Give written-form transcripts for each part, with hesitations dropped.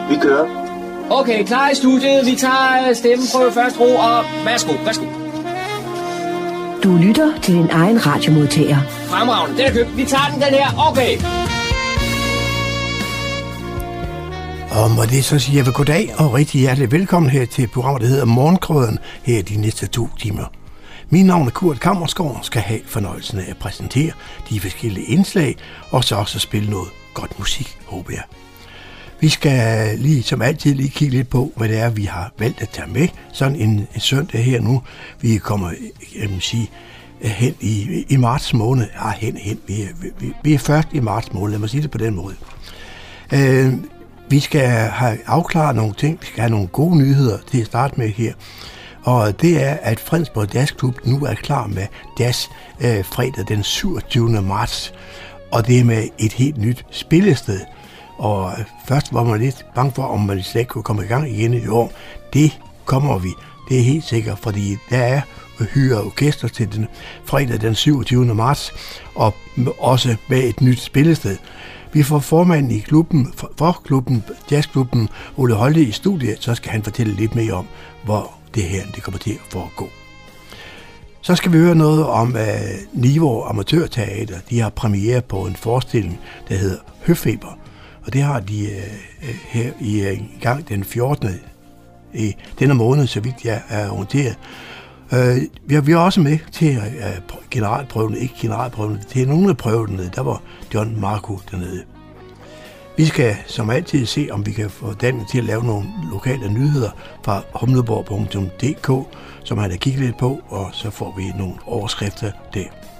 Vi kører. Okay, klar i studiet. Vi tager stemmeprøve først, ro, og værsgo. Du lytter til din egen radiomodtager. Fremragende, den er købt. Vi tager den her. Okay. Og må det så sige, jeg vil goddag og rigtig hjertelig velkommen her til programmet, der hedder Morgenkrøden, her de næste 2 timer. Mit navn er Kurt Kammersgaard, skal have fornøjelsen af at præsentere de forskellige indslag, og så også spille noget godt musik, håber jeg. Vi skal lige som altid lige kigge lidt på, hvad det er, vi har valgt at tage med sådan en søndag her nu. Vi kommer, jeg vil sige, hen i marts måned. Vi er først i marts måned, lad mig sige det på den måde. Vi skal have afklaret nogle ting, vi skal have nogle gode nyheder til at starte med her. Og det er, at Fredensborg Jazzklub nu er klar med jazz fredag den 27. marts. Og det er med et helt nyt spillested. Og først var man lidt bange for, om man slet ikke kunne komme i gang igen i år. Det kommer vi. Det er helt sikkert, fordi der er hyre orkester til den fredag den 27. marts. Og også med et nyt spillested. Vi får formanden i klubben, for klubben, jazzklubben, Ole Holte i studiet, så skal han fortælle lidt mere om, hvor det her det kommer til at foregå. Så skal vi høre noget om Nivå Amatørteater. De har premiere på en forestilling, der hedder Høfeber. Og det har de her i gang den 14. i denne måned, så vidt jeg er orienteret. Vi er også med til generalprøvene, til nogle af prøvene, der var John Marco dernede. Vi skal som altid se, om vi kan få Dan til at lave nogle lokale nyheder fra humleborg.dk, som han har kigget lidt på, og så får vi nogle overskrifter der.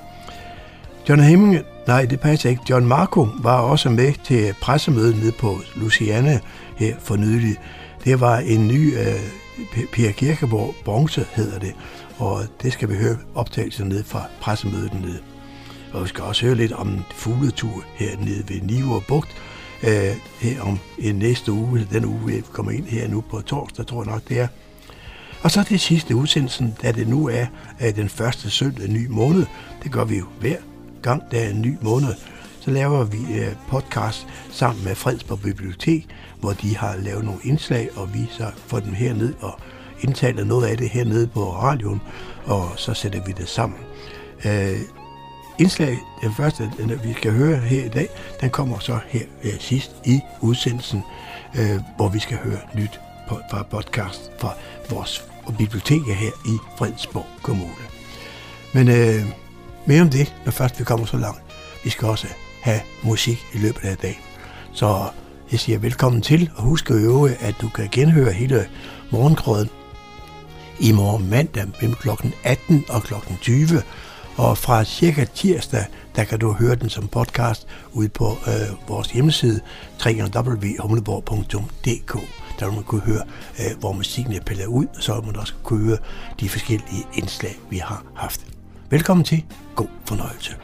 John Marco var også med til pressemødet nede på Luciana her for nylig. Det var en ny Per Kirkeborg bronze, hedder det, og det skal vi høre optagelser ned fra pressemødet nede. Og vi skal også høre lidt om fugletur hernede ved Nivå Bugt, her om næste uge, den uge vi kommer ind her nu på torsdag, tror jeg nok det er. Og så det sidste udsendelsen, da det nu er den første søndag ny måned. Det gør vi jo hver gang, der er en ny måned. Så laver vi podcast sammen med Fredensborg Bibliotek, hvor de har lavet nogle indslag, og vi så får dem herned og indtaler noget af det hernede på radioen, og så sætter vi det sammen. Indslag, den første, vi skal høre her i dag, den kommer så her sidst i udsendelsen, hvor vi skal høre nyt fra podcast fra vores biblioteker her i Fredensborg Kommune. Men mere om det, når først vi kommer så langt. Vi skal også have musik i løbet af dagen. Så jeg siger velkommen til, og husk at øve, at du kan genhøre hele Morgenkrøden i morgen mandag mellem kl. 18 og kl. 20. Og fra cirka tirsdag, der kan du høre den som podcast ude på vores hjemmeside, www.humleborg.dk. Der vil man kunne høre, hvor musikken er pillet ud, og så vil man også kunne høre de forskellige indslag, vi har haft. Velkommen til. God fornøjelse.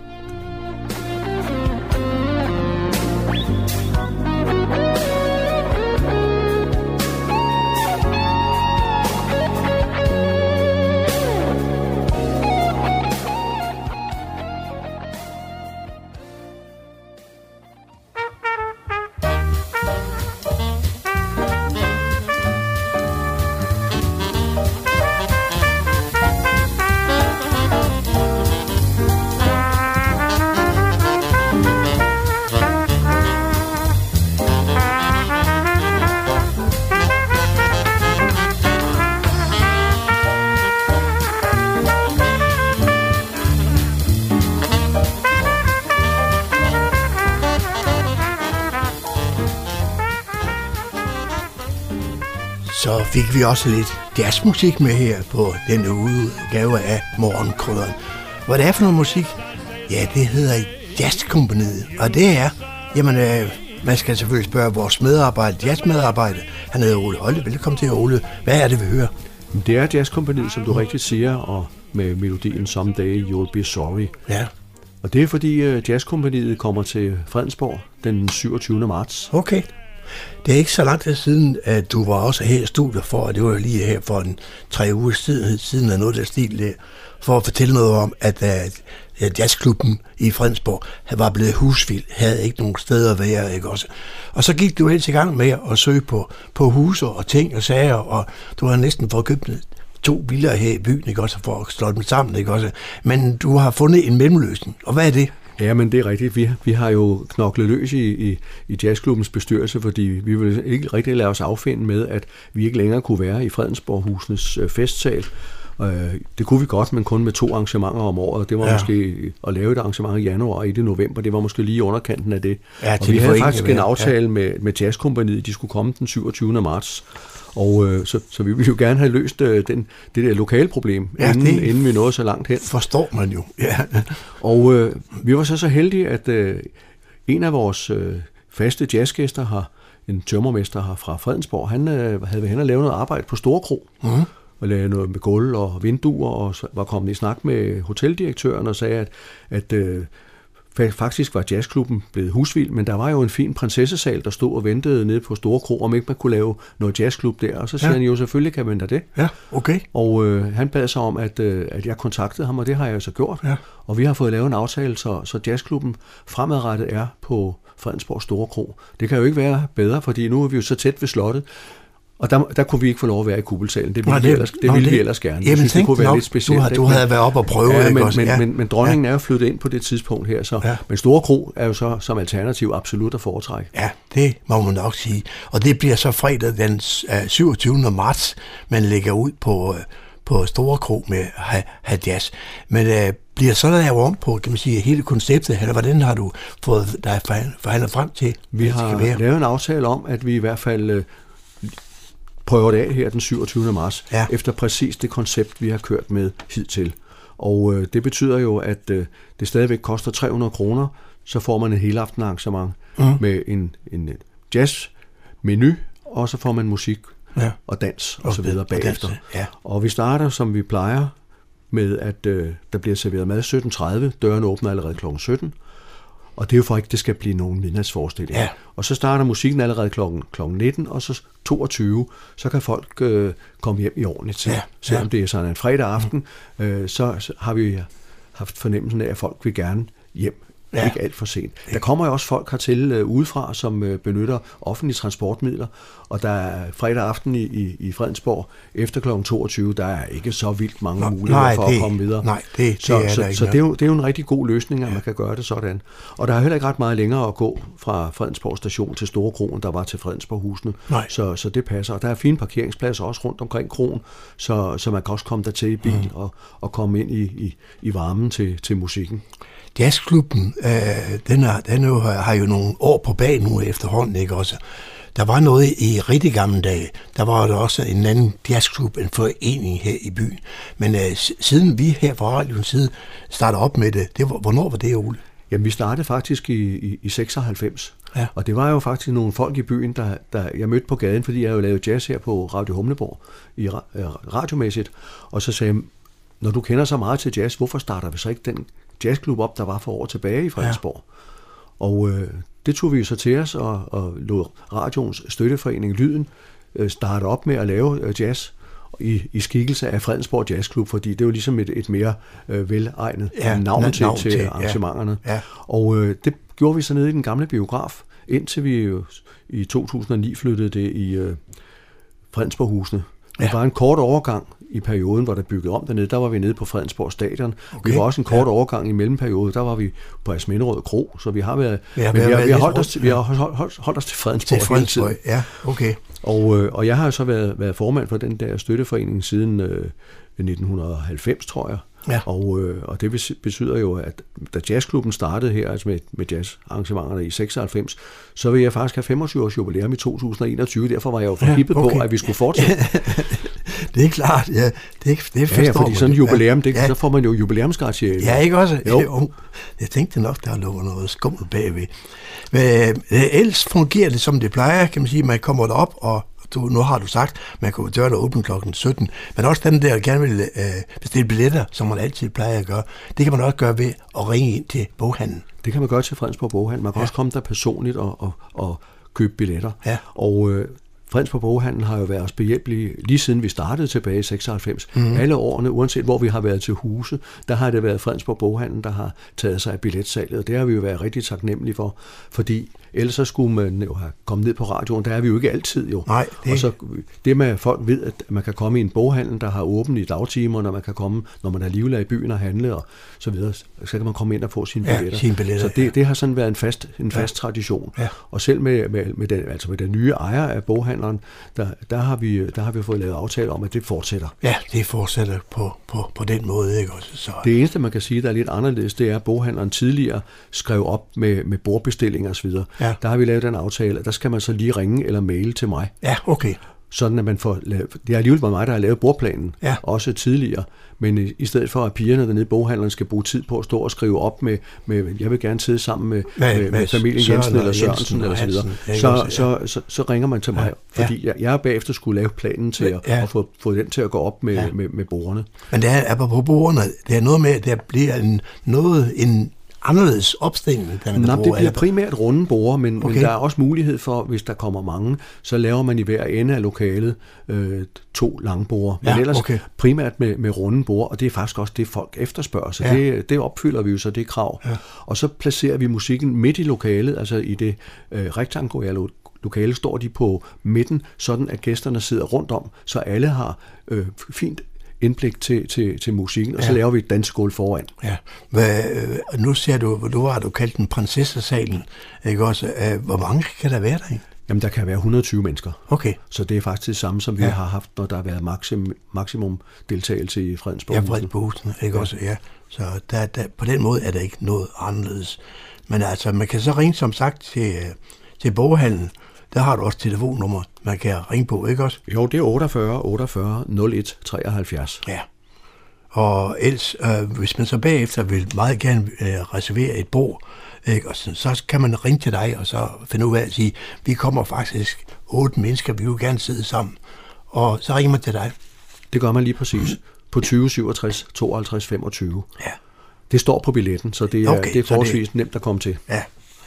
Så fik vi også lidt jazzmusik med her på denne udgave af Morgenkrøden. Hvad det er for noget musik? Ja, det hedder Jazzkompagniet, og det er, jamen, man skal selvfølgelig spørge vores jazzmedarbejder. Han hedder Ole Holte. Velkommen til, Ole. Hvad er det, vi hører? Det er Jazzkompagniet, som du rigtigt siger, og med melodien Someday You'll Be Sorry. Ja. Og det er fordi Jazzkompagniet kommer til Fredensborg den 27. marts. Okay. Det er ikke så lang tid siden, at du var også her i studiet for, at det var lige her for 3 uger siden af noget der stil der, for at fortælle noget om, at jazzklubben i Fredensborg var blevet husvild, havde ikke nogen steder at være, ikke også? Og så gik du helt i gang med at søge på huse og ting og sager, og du har næsten fået købt 2 villaer her i byen, ikke også, for at slå dem sammen, ikke også? Men du har fundet en mellemløsning, og hvad er det? Ja, men det er rigtigt. Vi har jo knoklet løs i jazzklubbens bestyrelse, fordi vi ville ikke rigtig lade os affinde med, at vi ikke længere kunne være i Fredensborghusenes festsal. Det kunne vi godt, men kun med 2 arrangementer om året. Det var måske at lave et arrangement i januar og et i november. Det var måske lige underkanten af det. Ja, og vi havde faktisk en aftale med Jazzkompagniet. De skulle komme den 27. marts. Og så vi ville jo gerne have løst det der lokale problem, inden vi nåede så langt hen. Forstår man jo. Ja. Og vi var så heldige, at en af vores faste jazzgæster en tømmermester her fra Fredensborg, han havde været hen og lavet noget arbejde på Store Kro. Mm-hmm. Og lavede noget med gulv og vinduer, og var kommet i snak med hoteldirektøren og sagde, at faktisk var jazzklubben blevet husvild, men der var jo en fin prinsessesal, der stod og ventede nede på Store Kro, om ikke man kunne lave noget jazzklub der. Og så siger han jo, selvfølgelig kan man da det. Ja, okay. Og han bad sig om, at jeg kontaktede ham, og det har jeg så gjort. Ja. Og vi har fået lavet en aftale, så jazzklubben fremadrettet er på Fredensborg Store Kro. Det kan jo ikke være bedre, fordi nu er vi jo så tæt ved slottet. Og der kunne vi ikke få lov at være i kuppelsalen. Det ville vi ellers gerne. Jamen, synes, det kunne være lidt specielt. Du havde været op og prøve. Ja, men dronningen er jo flyttet ind på det tidspunkt her. Så. Ja. Men Store Kro er jo så som alternativ absolut at foretrække. Ja, det må man nok sige. Og det bliver så fredag den 27. marts, man lægger ud på Store Kro med jazz. Men bliver så lavet om på, kan man sige, hele konceptet, eller hvordan har du fået dig forhandlet frem til? Vi har lavet en aftale om, at vi i hvert fald prøver det af her den 27. marts, efter præcis det koncept, vi har kørt med hidtil. Og det betyder jo, at det stadigvæk koster 300 kroner, så får man et helaftenarrangement med en jazzmenu, og så får man musik og dans og så videre bagefter. Og vi starter, som vi plejer, med at der bliver serveret mad 17:30, døren åbner allerede kl. 17, og det er jo for ikke, det skal blive nogen midnatsforestilling. Ja. Og så starter musikken allerede kl. 19, og så 22, så kan folk komme hjem i ordentligt tid. Ja. Selvom det er sådan en fredag aften, så har vi haft fornemmelsen af, at folk vil gerne hjem. Ja. Ikke alt for sent. Der kommer jo også folk hertil udefra, som benytter offentlige transportmidler, og der er fredag aften i Fredensborg efter kl. 22, der er ikke så vildt mange muligheder for at komme videre. Nej, det er der ikke. Så det er jo en rigtig god løsning, at man kan gøre det sådan. Og der er heller ikke ret meget længere at gå fra Fredensborg station til Store Kroen, der var til Fredensborghusene. Så det passer. Og der er fine parkeringspladser også rundt omkring kroen, så man kan også komme der til i bil og komme ind i varmen til musikken. Jazzklubben, den har jo nogle år på bag nu efterhånden, ikke også? Der var noget i rigtig gamle dage. Der var der også en anden jazzklub, en forening her i byen. Men siden vi her fra radioens side startede op med det, hvornår var det, Ole? Jamen, vi startede faktisk i 96. Ja. Og det var jo faktisk nogle folk i byen, der jeg mødte på gaden, fordi jeg jo lavede jazz her på Radio Humleborg, radiomæssigt. Og så sagde jeg, når du kender så meget til jazz, hvorfor starter vi så ikke den jazzklub op, der var for år tilbage i Fredensborg? Ja. Og det tog vi jo så til os, og lod radioens støtteforening Lyden starte op med at lave jazz i skikkelse af Fredensborg Jazzklub, fordi det er jo ligesom et mere velegnet navn til arrangementerne. Ja. Og det gjorde vi så nede i den gamle biograf, indtil vi jo i 2009 flyttede det i Fredensborghusene. Det var en kort overgang i perioden, hvor der byggede om dernede. Der var vi nede på Fredensborg Stadion. Okay. Vi var også en kort overgang i mellemperioden. Der var vi på Asminderød Kro, så vi har været... vi har holdt os til Fredensborg hele tiden. Ja, okay. Og jeg har jo så været formand for den der støtteforening siden 1990, tror jeg. Ja. Og det betyder jo, at da jazzklubben startede her, altså med jazzarrangementerne i 96, så vil jeg faktisk have 25 års jubilæum i 2021. Derfor var jeg jo forhippet på, at vi skulle fortsætte. Det er klart, ja. Det forstår man. Fordi sådan en jubilæum, så får man jo jubilæumsgratier. Ja, ikke også? Jo. Jeg tænkte nok, der lå noget skummelt bagved. Men ellers fungerer det, som det plejer, kan man sige. Man kommer derop, og nu har du sagt, man kan dørene åbne kl. 17, men også den der gerne vil bestille billetter, som man altid plejer at gøre, det kan man også gøre ved at ringe ind til boghandlen. Det kan man gøre til Fredensborg Boghandel. Man kan også komme der personligt og købe billetter. Ja. Og Fredensborg Boghandel har jo været os behjælpelige lige siden vi startede tilbage i 96. Alle årene, uanset hvor vi har været til huse, der har det været Fredensborg Boghandel, der har taget sig af billetsalget, og det har vi jo været rigtig taknemmelige for, fordi ellers så skulle man jo have kommet ned på radioen, der er vi jo ikke altid jo. Nej, Og så det med, at folk ved, at man kan komme i en boghandel, der har åbent i dagtimer, når man kan komme, når man er livlig i byen og handle og så videre, så kan man komme ind og få sine billetter. Så det har sådan været en fast tradition. Ja. Og selv med den nye ejer af boghandleren, der har vi fået lavet aftale om, at det fortsætter. Ja, det fortsætter på den måde, ikke også? Så. Det eneste, man kan sige, der er lidt anderledes, det er, at boghandleren tidligere skrev op med bordbestillinger og så videre. Ja. Der har vi lavet den aftale, at der skal man så lige ringe eller maile til mig. Ja, okay. Sådan at man får lavet, det er alligevel mig, der har lavet bordplanen, også tidligere, men i stedet for at pigerne dernede i boghandleren skal bruge tid på at stå og skrive op med jeg vil gerne sidde sammen med familien Jensen eller Sørensen eller så videre, så ringer man til mig, fordi jeg bagefter skulle lave planen til at få den til at gå op med bordene. Men det er på bordene, det er noget med, at der bliver en anderledes opstilling. Det bliver primært runde borde, men der er også mulighed for, hvis der kommer mange, så laver man i hver ende af lokalet 2 lange borde. Men ellers primært med runde borde, og det er faktisk også det, folk efterspørger. Så det opfylder vi jo, så det er krav. Ja. Og så placerer vi musikken midt i lokalet, altså i det rektangulære lokale står de på midten, sådan at gæsterne sidder rundt om, så alle har fint indblik til musikken, og så laver vi et dansegulv foran. Ja. Nu ser du har kaldt den prinsessesalen, ikke også? Hvor mange kan der være der? Jamen, der kan være 120 mennesker. Okay. Så det er faktisk det samme, som vi har haft, når der har været maksimum deltagelse i Fredensborg. Ja, Fredensborg, ikke også? Ja. Så der, på den måde er der ikke noget anderledes. Men altså, man kan så ringe, som sagt, til boghandlen. Der har du også telefonnummer, man kan ringe på, ikke også? Jo, det er 48 48 01 73. Ja. Og ellers, hvis man så bagefter vil meget gerne reservere et bord, ikke? Og så kan man ringe til dig, og så finde ud af at sige, vi kommer faktisk 8 mennesker, vi vil gerne sidde sammen. Og så ringer man til dig. Det gør man lige præcis. På 20 67 52 25. Ja. Det står på billetten, så det er forholdsvis nemt at komme til. Ja.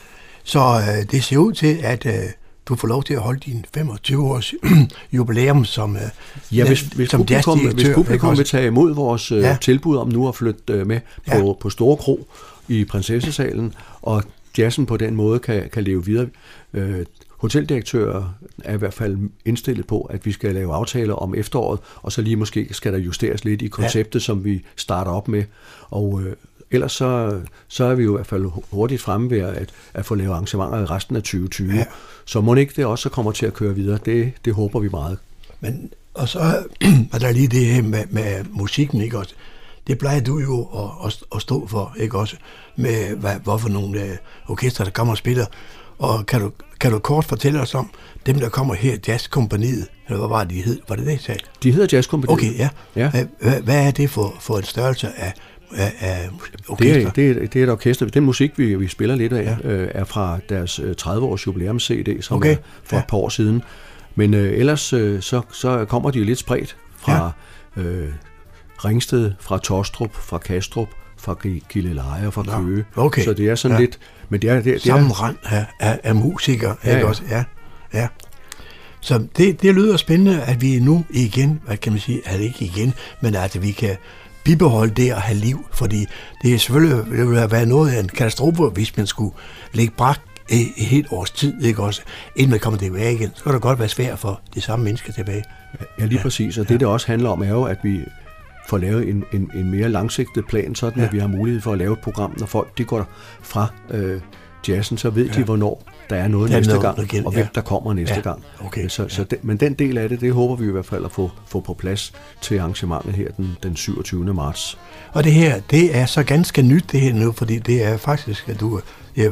Så det ser ud til, at du får lov til at holde din 25-års jubilæum som hvis publikum vil tage imod vores tilbud om nu at flytte med på Store Kro i Prinsessesalen, og jazzen på den måde kan leve videre. Hoteldirektører er i hvert fald indstillet på, at vi skal lave aftaler om efteråret, og så lige måske skal der justeres lidt i konceptet, som vi starter op med. Og ellers så er vi jo i hvert fald hurtigt fremme ved at få lavet arrangementer i resten af 2020. Ja. Så må ikke det også kommer til at køre videre. Det håber vi meget. Men, og så er der lige det her med musikken, ikke også? Det plejer du jo at stå for, ikke også? Med hvorfor nogle orkester, der kommer og spiller. Og kan du kort fortælle os om dem, der kommer her, Jazzkompagniet, eller hvad var det, de hed? Var det sagde? De hedder Jazzkompagniet. Okay, ja. Hvad er det for en størrelse af orkester? Det er et orkester. Den musik, vi spiller lidt af, er fra deres 30-års jubilæums-CD, som er for et par år siden. Men ellers så kommer de jo lidt spredt fra Ringsted, fra Tostrup, fra Kastrup, fra Gilleleje og fra Køge. Okay. Så det er sådan lidt... Men det er sammenrend af musikere, ikke også? Ja. Så det lyder spændende, at vi nu igen, hvad kan man sige, ikke igen, men at vi kan bibeholde det at have liv, fordi det er selvfølgelig det ville være noget af en katastrofe, hvis man skulle lægge brak et helt års tid, ikke også, inden man kommer tilbage igen. Så kan det godt være svært for de samme mennesker tilbage. Ja, lige præcis, og det også handler om er jo, at vi får lavet en mere langsigtet plan, sådan at vi har mulighed for at lave et program, når folk de går fra jazzen, så ved de, hvornår der er noget næste gang, og hvem der kommer næste gang. Okay. Men den del af det håber vi i hvert fald at få på plads til arrangementet her den 27. marts. Og det her, det er så ganske nyt det her nu, fordi det er faktisk, at du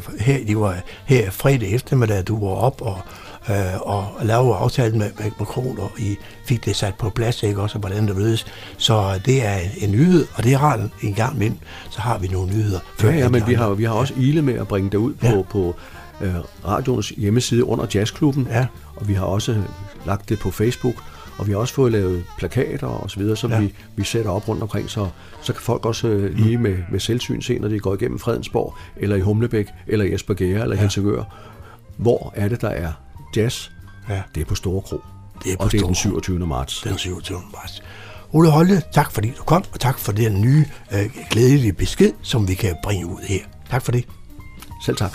her fredag eftermiddag, du var op og lavede aftalen med Kron, og I fik det sat på plads, ikke også, hvordan det lødes. Så det er en nyhed, og det er rart en gang imellem, så har vi nogle nyheder. Men vi har også ilet med at bringe det ud på radioens hjemmeside under Jazzklubben, og vi har også lagt det på Facebook, og vi har også fået lavet plakater og så videre, som vi sætter op rundt omkring, så kan folk også lige med selvsyn se, når de går igennem Fredensborg, eller i Humlebæk, eller i Espergærde, eller i Helsingør, hvor er det, der er jazz? Ja. Det er på Store Kro. Det er og det er den 27. marts. Den 27. marts. Ole Holte, tak fordi du kom, og tak for den nye glædelige besked, som vi kan bringe ud her. Tak for det. Selv tak.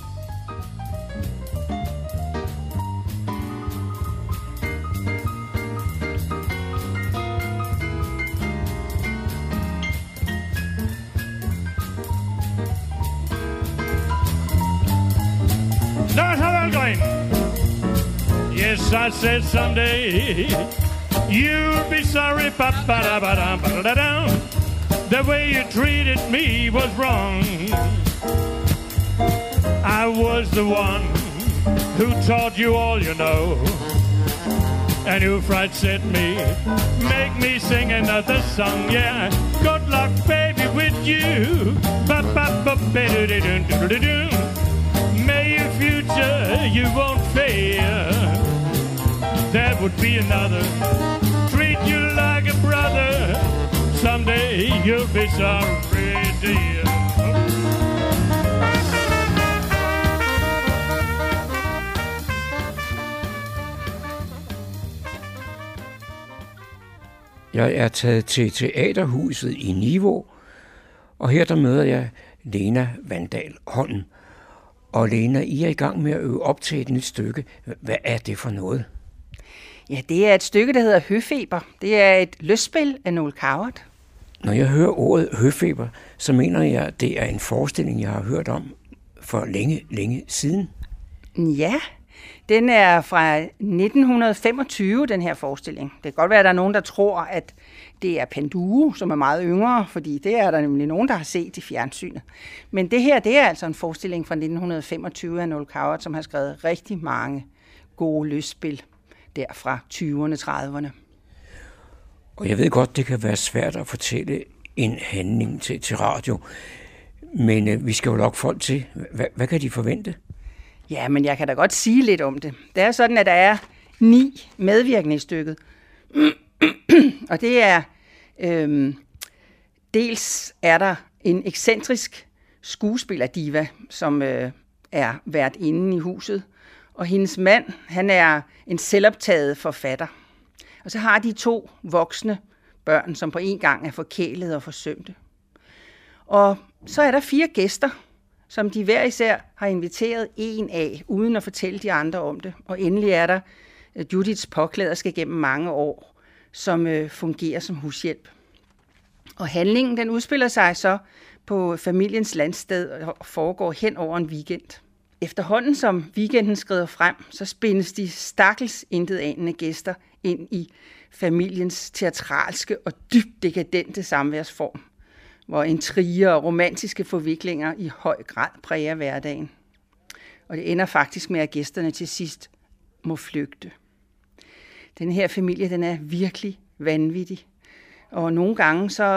Yes, I said someday you'll be sorry, ba-ba-da-ba-dum. The way you treated me was wrong. I was the one who taught you all you know, and you fright set me, make me sing another song. Yeah, good luck, baby, with you. Ba-ba-ba-ba-do-do-do-do-do. May your future you won't fail. There would be another, treat you like a brother. Someday you'll be sorry, dear. Jeg er taget til Teaterhuset i Nivå, og her der møder jeg Lena Vandal Holm. Og Lena, I er i gang med at øve op til et nyt stykke. Hvad er det for noget? Ja, det er et stykke, der hedder Høfeber. Det er et lystspil af Noel Coward. Når jeg hører ordet høfeber, så mener jeg, at det er en forestilling, jeg har hørt om for længe siden. Ja, den er fra 1925, den her forestilling. Det kan godt være, at der er nogen, der tror, at det er Panduro, som er meget yngre, fordi det er der nemlig nogen, der har set i fjernsynet. Men det her, det er altså en forestilling fra 1925 af Noel Coward, som har skrevet rigtig mange gode lystspil der fra 20'erne, 30'erne. Og jeg ved godt, det kan være svært at fortælle en handling til radio, men vi skal jo lokke folk til. Hvad kan de forvente? Ja, men jeg kan da godt sige lidt om det. Det er sådan, at der er 9 medvirkende i stykket. Og det er, dels er der en ekscentrisk skuespillerdiva, som er vært inde i huset. Og hendes mand, han er en selvoptaget forfatter. Og så har de 2 voksne børn, som på en gang er forkælede og forsømte. Og så er der 4 gæster, som de hver især har inviteret en af, uden at fortælle de andre om det. Og endelig er der Judiths påklæderske gennem mange år, som fungerer som hushjælp. Og handlingen, den udspiller sig så på familiens landsted og foregår hen over en weekend. Efterhånden som weekenden skrider frem, så spændes de stakkels intetanende gæster ind i familiens teatralske og dybt dekadente samværsform, hvor intriger og romantiske forviklinger i høj grad præger hverdagen. Og det ender faktisk med, at gæsterne til sidst må flygte. Den her familie, den er virkelig vanvittig. Og nogle gange så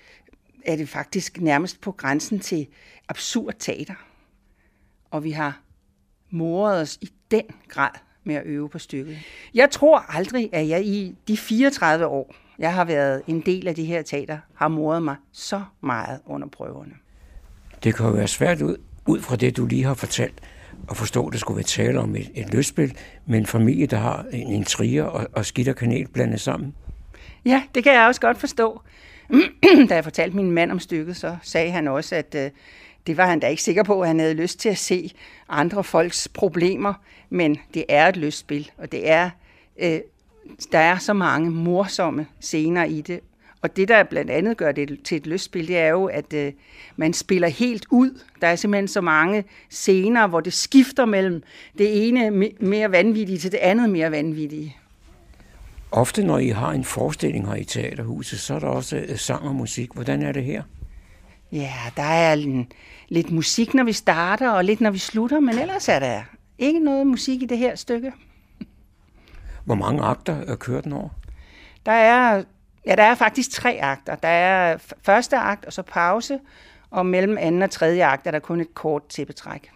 er det faktisk nærmest på grænsen til absurd teater. Og vi har moret os i den grad med at øve på stykket. Jeg tror aldrig, at jeg i de 34 år, jeg har været en del af det her teater, har moret mig så meget under prøverne. Det kan jo være svært ud fra det, du lige har fortalt, at forstå, at det skulle være tale om et lystspil med en familie, der har en intriger og skidt og kanel blandet sammen. Ja, det kan jeg også godt forstå. Da jeg fortalte min mand om stykket, så sagde han også, at det var han da ikke sikker på, at han havde lyst til at se andre folks problemer, men det er et lystspil, og det er, der er så mange morsomme scener i det. Og det, der blandt andet gør det til et lystspil, det er jo, at man spiller helt ud. Der er simpelthen så mange scener, hvor det skifter mellem det ene mere vanvittige til det andet mere vanvittige. Ofte, når I har en forestilling her i Teaterhuset, så er der også sang og musik. Hvordan er det her? Ja, der er lidt musik, når vi starter, og lidt, når vi slutter, men ellers er der ikke noget musik i det her stykke. Hvor mange akter kører den over? Der er faktisk 3 akter. Der er første akt, og så pause, og mellem anden og tredje akt er der kun et kort tæppetræk.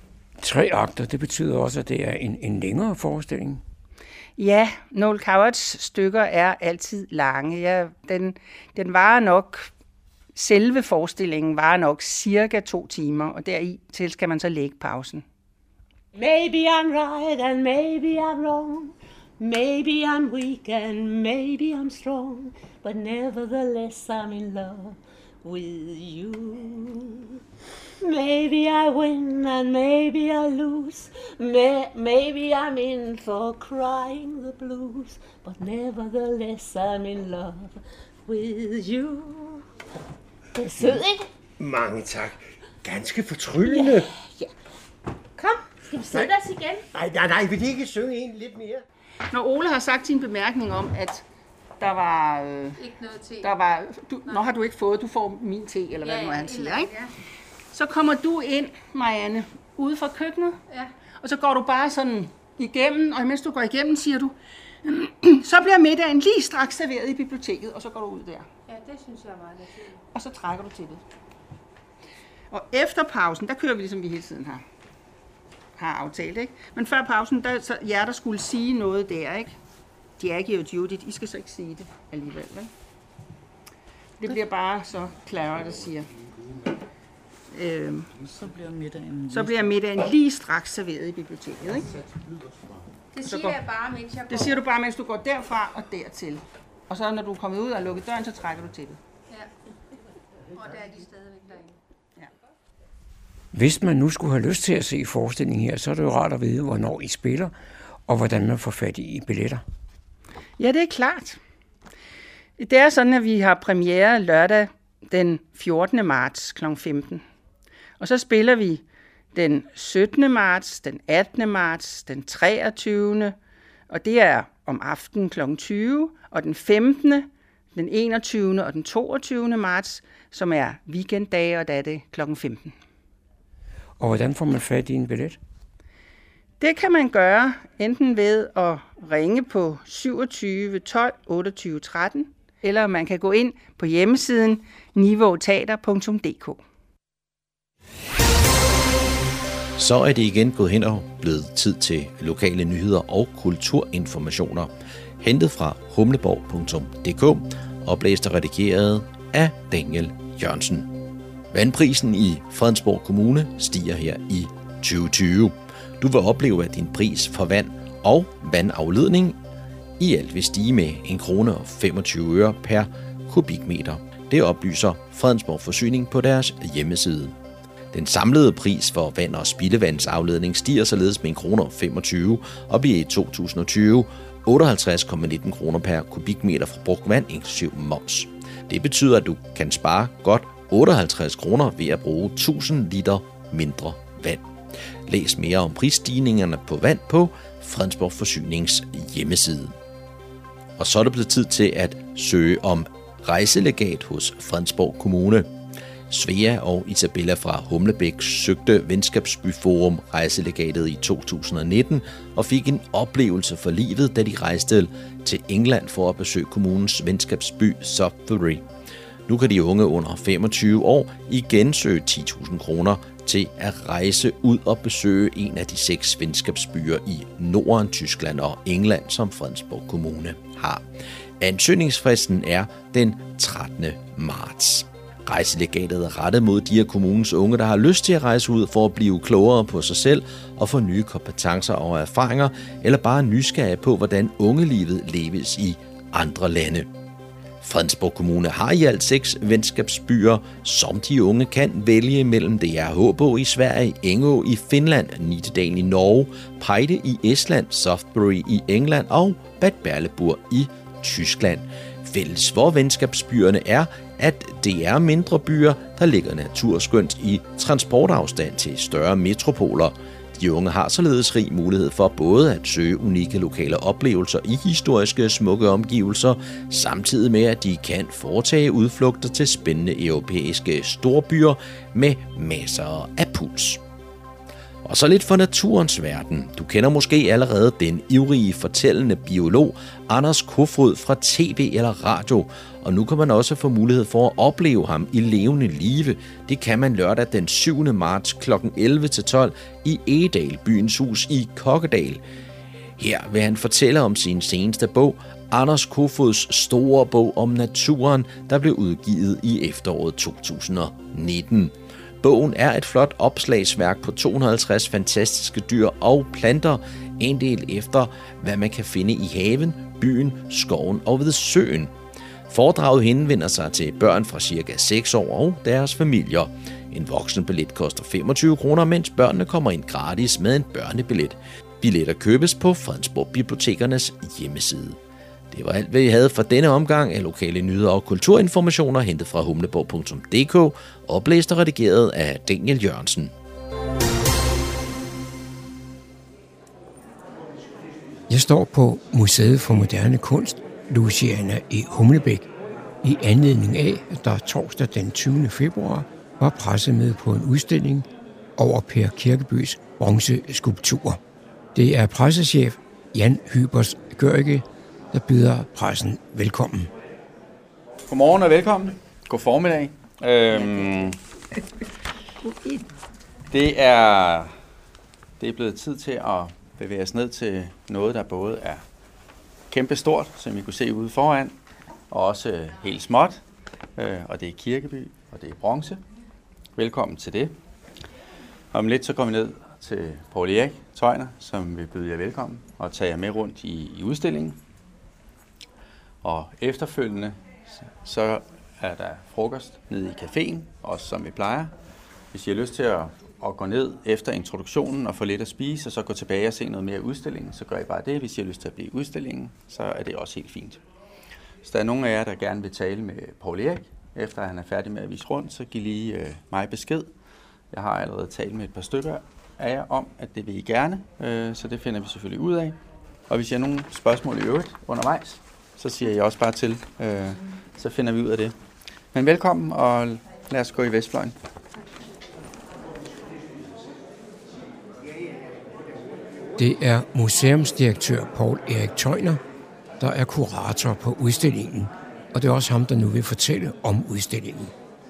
3 akter, det betyder også, at det er en længere forestilling? Ja, Noel Cowards stykker er altid lange. Den varer nok, selve forestillingen varer nok cirka 2 timer, og deri til skal man så lægge pausen. Maybe I'm right and maybe I'm wrong. Maybe I'm weak and maybe I'm strong. But nevertheless I'm in love with you. Maybe I win and maybe I lose. Maybe I'm in for crying the blues. But nevertheless I'm in love with you. Det er sød, ikke? Mange tak. Ganske fortryllende. Ja. Kom, skal vi sætte os igen? Nej, vil de ikke synge en lidt mere? Når Ole har sagt sin bemærkning om, at der var... ikke noget te. Der var, nå, har du ikke fået, du får min te, eller hvad det nu er, han siger, ikke? Ja. Så kommer du ind, Marianne, ude fra køkkenet, og så går du bare sådan igennem, og mens du går igennem, siger du, så bliver middagen lige straks serveret i biblioteket, og så går du ud der. Ja, det synes jeg er meget naturligt. Og så trækker du til det. Og efter pausen, der kører vi ligesom vi hele tiden har aftalt, ikke? Men før pausen, der skulle sige noget der, ikke? Jackie og Judith, I skal så ikke sige det alligevel, vel? Det bliver bare så Clara, der siger. Så bliver middagen lige straks serveret i biblioteket, ikke? Det siger jeg bare, mens jeg går. Det siger du bare, mens du går derfra og dertil. Og så når du er kommet ud og lukket døren, så trækker du til det. Ja. Og der er de stadigvæk derinde. Ja. Hvis man nu skulle have lyst til at se forestillingen her, så er det jo rart at vide, hvornår I spiller, og hvordan man får fat i billetter. Ja, det er klart. Det er sådan, at vi har premiere lørdag den 14. marts kl. 15. Og så spiller vi den 17. marts, den 18. marts, den 23. Og det er om aftenen kl. 20. Og den 15., den 21. og den 22. marts, som er weekenddage, og der er det kl. 15. Og hvordan får man fat i en billet? Det kan man gøre enten ved at ringe på 27 12 28 13, eller man kan gå ind på hjemmesiden niveauteater.dk. Så er det igen gået hen og blevet tid til lokale nyheder og kulturinformationer, hentet fra humleborg.dk, oplæst og redigeret af Daniel Jørgensen. Vandprisen i Fredensborg Kommune stiger her i 2020. Du vil opleve, at din pris for vand og vandafledning i alt vil stige med 1,25 kr. per kubikmeter. Det oplyser Fredensborg Forsyning på deres hjemmeside. Den samlede pris for vand- og spildevandsafledning stiger således med 1,25 kr. og bliver i 2020 58,19 kroner per kubikmeter forbrugt vand inklusiv moms. Det betyder, at du kan spare godt 58 kroner ved at bruge 1000 liter mindre vand. Læs mere om prisstigningerne på vand på Fredensborg Forsynings hjemmeside. Og så er det blevet tid til at søge om rejselegat hos Fredensborg Kommune. Svea og Isabella fra Humlebæk søgte Venskabsbyforum rejselegatet i 2019 og fik en oplevelse for livet, da de rejste til England for at besøge kommunens venskabsby Sudbury. Nu kan de unge under 25 år igen søge 10.000 kroner til at rejse ud og besøge en af de 6 venskabsbyer i Norden, Tyskland og England, som Fredensborg Kommune har. Ansøgningsfristen er den 13. marts. Rejselegatet er rettet mod de af kommunens unge, der har lyst til at rejse ud for at blive klogere på sig selv og få nye kompetencer og erfaringer, eller bare nysgerrige på, hvordan ungelivet leves i andre lande. Fredensborg Kommune har i alt 6 venskabsbyer, som de unge kan vælge mellem. Det er Håbo i Sverige, Engå i Finland, Nittedal i Norge, Pejde i Estland, Sudbury i England og Bad Berleburg i Tyskland. Fælles for venskabsbyerne er, at det er mindre byer, der ligger naturskønt i transportafstand til større metropoler. De unge har således rig mulighed for både at søge unikke lokale oplevelser i historiske smukke omgivelser, samtidig med at de kan foretage udflugter til spændende europæiske storbyer med masser af puls. Og så lidt for naturens verden. Du kender måske allerede den ivrige fortællende biolog Anders Kofod fra tv eller radio, og nu kan man også få mulighed for at opleve ham i levende live. Det kan man lørdag den 7. marts kl. 11-12 i Egedal, byens hus i Kokkedal. Her vil han fortælle om sin seneste bog, Anders Kofods store bog om naturen, der blev udgivet i efteråret 2019. Bogen er et flot opslagsværk på 250 fantastiske dyr og planter, inddelt efter, hvad man kan finde i haven, byen, skoven og ved søen. Foredraget henvender sig til børn fra ca. 6 år og deres familier. En voksenbillet koster 25 kroner, mens børnene kommer ind gratis med en børnebillet. Billetter købes på Fredensborg Bibliotekernes hjemmeside. Det var alt, hvad I havde for denne omgang af lokale nyheder og kulturinformationer, hentet fra humleborg.dk, oplæst og redigeret af Daniel Jørgensen. Jeg står på Museet for Moderne Kunst, Louisiana i Humlebæk, i anledning af, at der torsdag den 20. februar var pressemøde på en udstilling over Per Kirkebys bronzeskulpturer. Det er pressechef Jan Hybers Gørge, der byder pressen velkommen. Godmorgen og velkommen. God formiddag. Det er blevet tid til at bevæge os ned til noget, der både er kæmpestort, som I kunne se ude foran, og også helt småt. Og det er Kirkeby, og det er bronze. Velkommen til det. Om lidt så går vi ned til Poul Erik Tøjner, som vil byde jer velkommen og tage jer med rundt i udstillingen. Og efterfølgende så er der frokost nede i caféen, også som vi plejer. Hvis I har lyst til at gå ned efter introduktionen og få lidt at spise, og så gå tilbage og se noget mere af udstillingen, så gør I bare det. Hvis I har lyst til at blive i udstillingen, så er det også helt fint. Hvis der er nogen af jer, der gerne vil tale med Poul Erik, efter han er færdig med at vise rundt, så giv lige mig besked. Jeg har allerede talt med et par stykker af jer om, at det vil I gerne, så det finder vi selvfølgelig ud af. Og hvis I har nogle spørgsmål i øvrigt undervejs, så siger jeg også bare til, så finder vi ud af det. Men velkommen, og lad os gå i Vestfløjen. Det er museumsdirektør Poul Erik Tøjner, der er kurator på udstillingen, og det er også ham, der nu vil fortælle om udstillingen.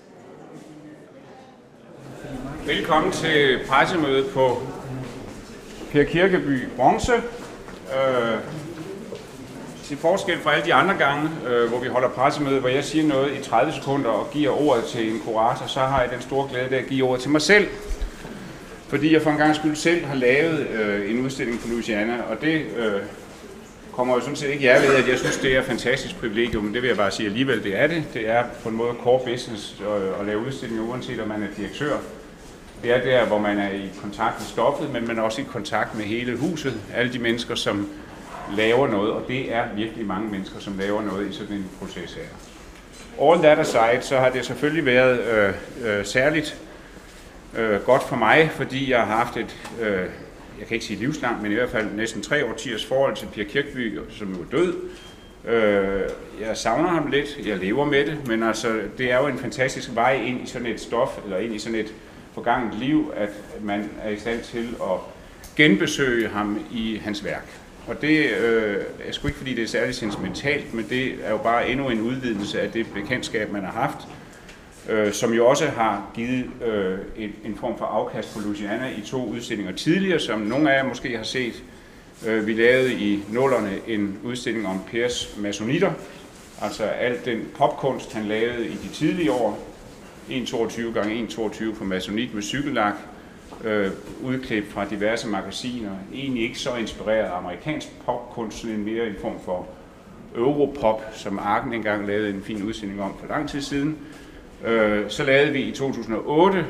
Velkommen til pressemødet på Per Kirkeby Bronze. Til forskel fra alle de andre gange, hvor vi holder pressemøde, hvor jeg siger noget i 30 sekunder og giver ordet til en kurator, så har jeg den store glæde af at give ordet til mig selv. Fordi jeg for en gang skyld selv har lavet en udstilling på Louisiana, og det kommer jo sådan set ikke jer ved, at jeg synes, det er et fantastisk privilegium, men det vil jeg bare sige alligevel, det er det. Det er på en måde core business at lave udstillinger, uanset om man er direktør. Det er der, hvor man er i kontakt med stoffet, men man er også i kontakt med hele huset, alle de mennesker, som laver noget, og det er virkelig mange mennesker, som laver noget i sådan en proces her. All that aside, så har det selvfølgelig været særligt godt for mig, fordi jeg har haft et, jeg kan ikke sige livslangt, men i hvert fald næsten 3 årtiers forhold til Per Kirkeby, som jo er død. Jeg savner ham lidt, jeg lever med det, men altså, det er jo en fantastisk vej ind i sådan et stof, eller ind i sådan et forganget liv, at man er i stand til at genbesøge ham i hans værk. Og det er sgu ikke fordi det er særligt sentimentalt, men det er jo bare endnu en udvidelse af det bekendtskab, man har haft, som jo også har givet en form for afkast på Louisiana i 2 udstillinger tidligere, som nogle af jer måske har set. Vi lavede i 00'erne en udstilling om Pers masonitter, altså al den popkunst, han lavede i de tidlige år, 1,22x1,22 på masonit med cykellak, udklip fra diverse magasiner, egentlig ikke så inspireret af amerikansk popkunst, sådan mere en form for europop, som Arken engang lavede en fin udstilling om for lang tid siden. Så lavede vi i 2008,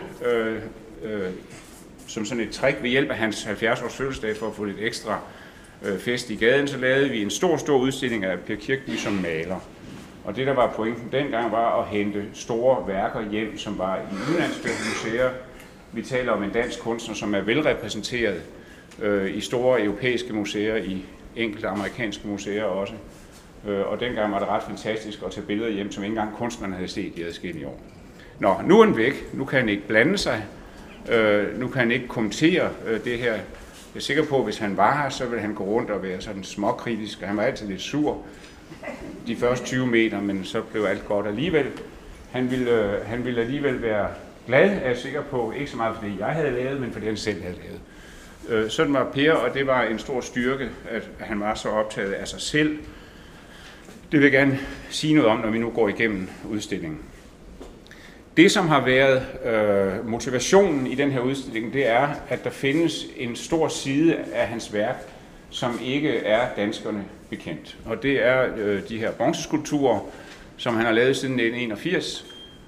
som sådan et trick ved hjælp af hans 70-års fødselsdag for at få lidt ekstra fest i gaden, så lavede vi en stor udstilling af Per Kirkeby som maler. Og det, der var pointen dengang, var at hente store værker hjem, som var i udenlandske museer. Vi taler om en dansk kunstner, som er velrepræsenteret i store europæiske museer, i enkelte amerikanske museer også. Og dengang var det ret fantastisk at tage billeder hjem, som ikke engang kunstnerne havde set i adskillige år. Nå, nu er han væk. Nu kan han ikke blande sig. Nu kan han ikke kommentere det her. Jeg er sikker på, at hvis han var her, så ville han gå rundt og være sådan småkritisk. Han var altid lidt sur de første 20 meter, men så blev alt godt alligevel. Han ville alligevel være glad, er jeg sikker på. Ikke så meget for det, jeg havde lavet, men for det, han selv havde lavet. Sådan var Per, og det var en stor styrke, at han var så optaget af sig selv. Det vil jeg gerne sige noget om, når vi nu går igennem udstillingen. Det, som har været motivationen i den her udstilling, det er, at der findes en stor side af hans værk, som ikke er danskerne bekendt. Og det er de her bronzeskulpturer, som han har lavet siden 1981.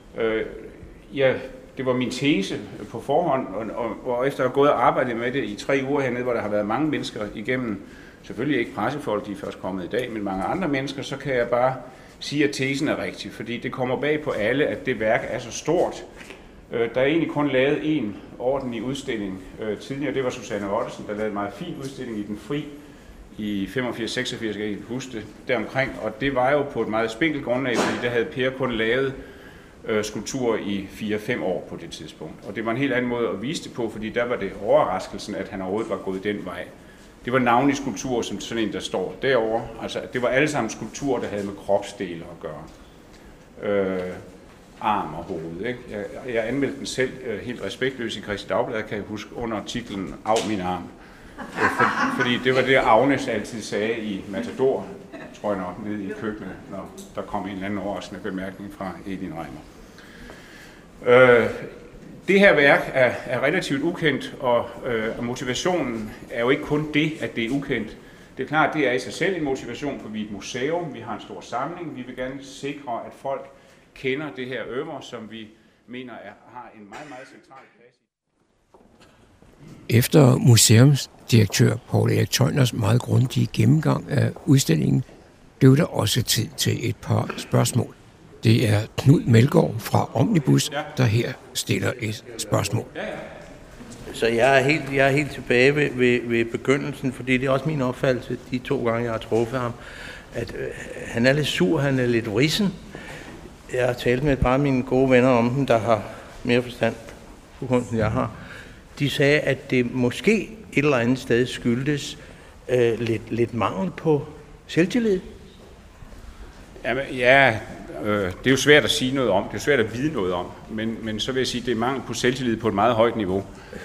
Det var min tese på forhånd, og efter at have gået og arbejdet med det i 3 uger hernede, hvor der har været mange mennesker igennem, selvfølgelig ikke pressefolk, de er først kommet i dag, men mange andre mennesker, så kan jeg bare sige, at tesen er rigtig, fordi det kommer bag på alle, at det værk er så stort. Der er egentlig kun lavet en ordentlig udstilling tidligere, det var Susanne Ottesen, der lavede en meget fin udstilling i Den Fri i 85-86, jeg kan ikke huske det, deromkring, og det var jo på et meget spinkelt grundlag, fordi der havde Per kun lavet skulpturer i 4-5 år på det tidspunkt. Og det var en helt anden måde at vise det på, fordi der var det overraskelsen, at han overhovedet var gået den vej. Det var navnlig skulpturer, som sådan en, der står derovre. Altså, det var alle sammen skulpturer, der havde med kropsdele at gøre. Arm og hoved. Ikke? Jeg anmeldte den selv helt respektløs i Kristi Dagblad, kan jeg huske, under titlen Af min arm. Fordi det var det, Agnes altid sagde i Matador, tror jeg nok, nede i køkkenet, når der kom en eller anden overraskende bemærkning fra Elin Reimer. Det her værk er relativt ukendt, og motivationen er jo ikke kun det, at det er ukendt. Det er klart, det er i sig selv en motivation, for vi er et museum, vi har en stor samling, vi vil gerne sikre, at folk kender det her øver, som vi mener har en meget, meget central plads. Efter museumsdirektør Poul Erik Teuners meget grundige gennemgang af udstillingen, blev der også tid til et par spørgsmål. Det er Knud Melgaard fra Omnibus, der her stiller et spørgsmål. Så jeg er helt tilbage ved begyndelsen, fordi det er også min opfattelse, de 2 gange, jeg har truffet ham, at han er lidt sur, han er lidt vrissen. Jeg har talt med et par af mine gode venner om dem, der har mere forstand på kunst, end jeg har. De sagde, at det måske et eller andet sted skyldtes lidt mangel på selvtillid. Jamen, ja, det er jo svært at sige noget om, det er svært at vide noget om, men så vil jeg sige, at det er mangel på selvtillid på et meget højt niveau.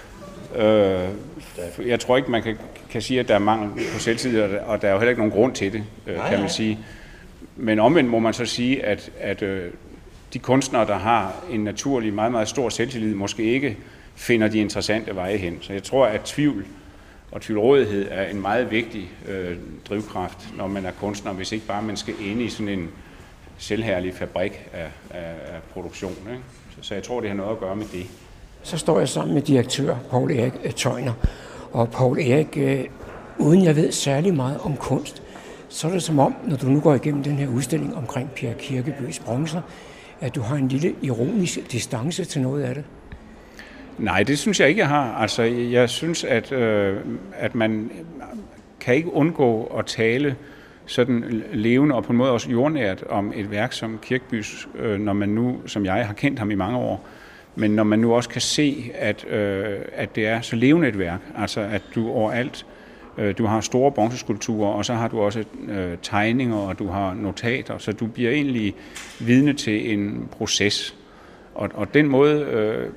Jeg tror ikke, man kan sige, at der er mangel på selvtillid, og der er jo heller ikke nogen grund til det, kan man sige. Men omvendt må man så sige, at de kunstnere, der har en naturlig, meget, meget stor selvtillid, måske ikke finder de interessante veje hen. Så jeg tror, at tvivl og tvivlrådighed er en meget vigtig drivkraft, når man er kunstner, hvis ikke bare man skal ind i sådan en selvherlig fabrik af produktion. Ikke? Så jeg tror, det har noget at gøre med det. Så står jeg sammen med direktør Poul Erik Teuner. Og Poul Erik, uden jeg ved særlig meget om kunst, så er det som om, når du nu går igennem den her udstilling omkring Per Kirkebys bronzer, at du har en lille ironisk distance til noget af det. Nej, det synes jeg ikke, jeg har. Altså, jeg synes, at man kan ikke undgå at tale sådan levende og på en måde også jordnært om et værk som Kirkebys, når man nu, som jeg har kendt ham i mange år, men når man nu også kan se, at det er så levende et værk, altså at du overalt, du har store bronzeskulpturer, og så har du også tegninger, og du har notater, så du bliver egentlig vidne til en proces. Og den måde,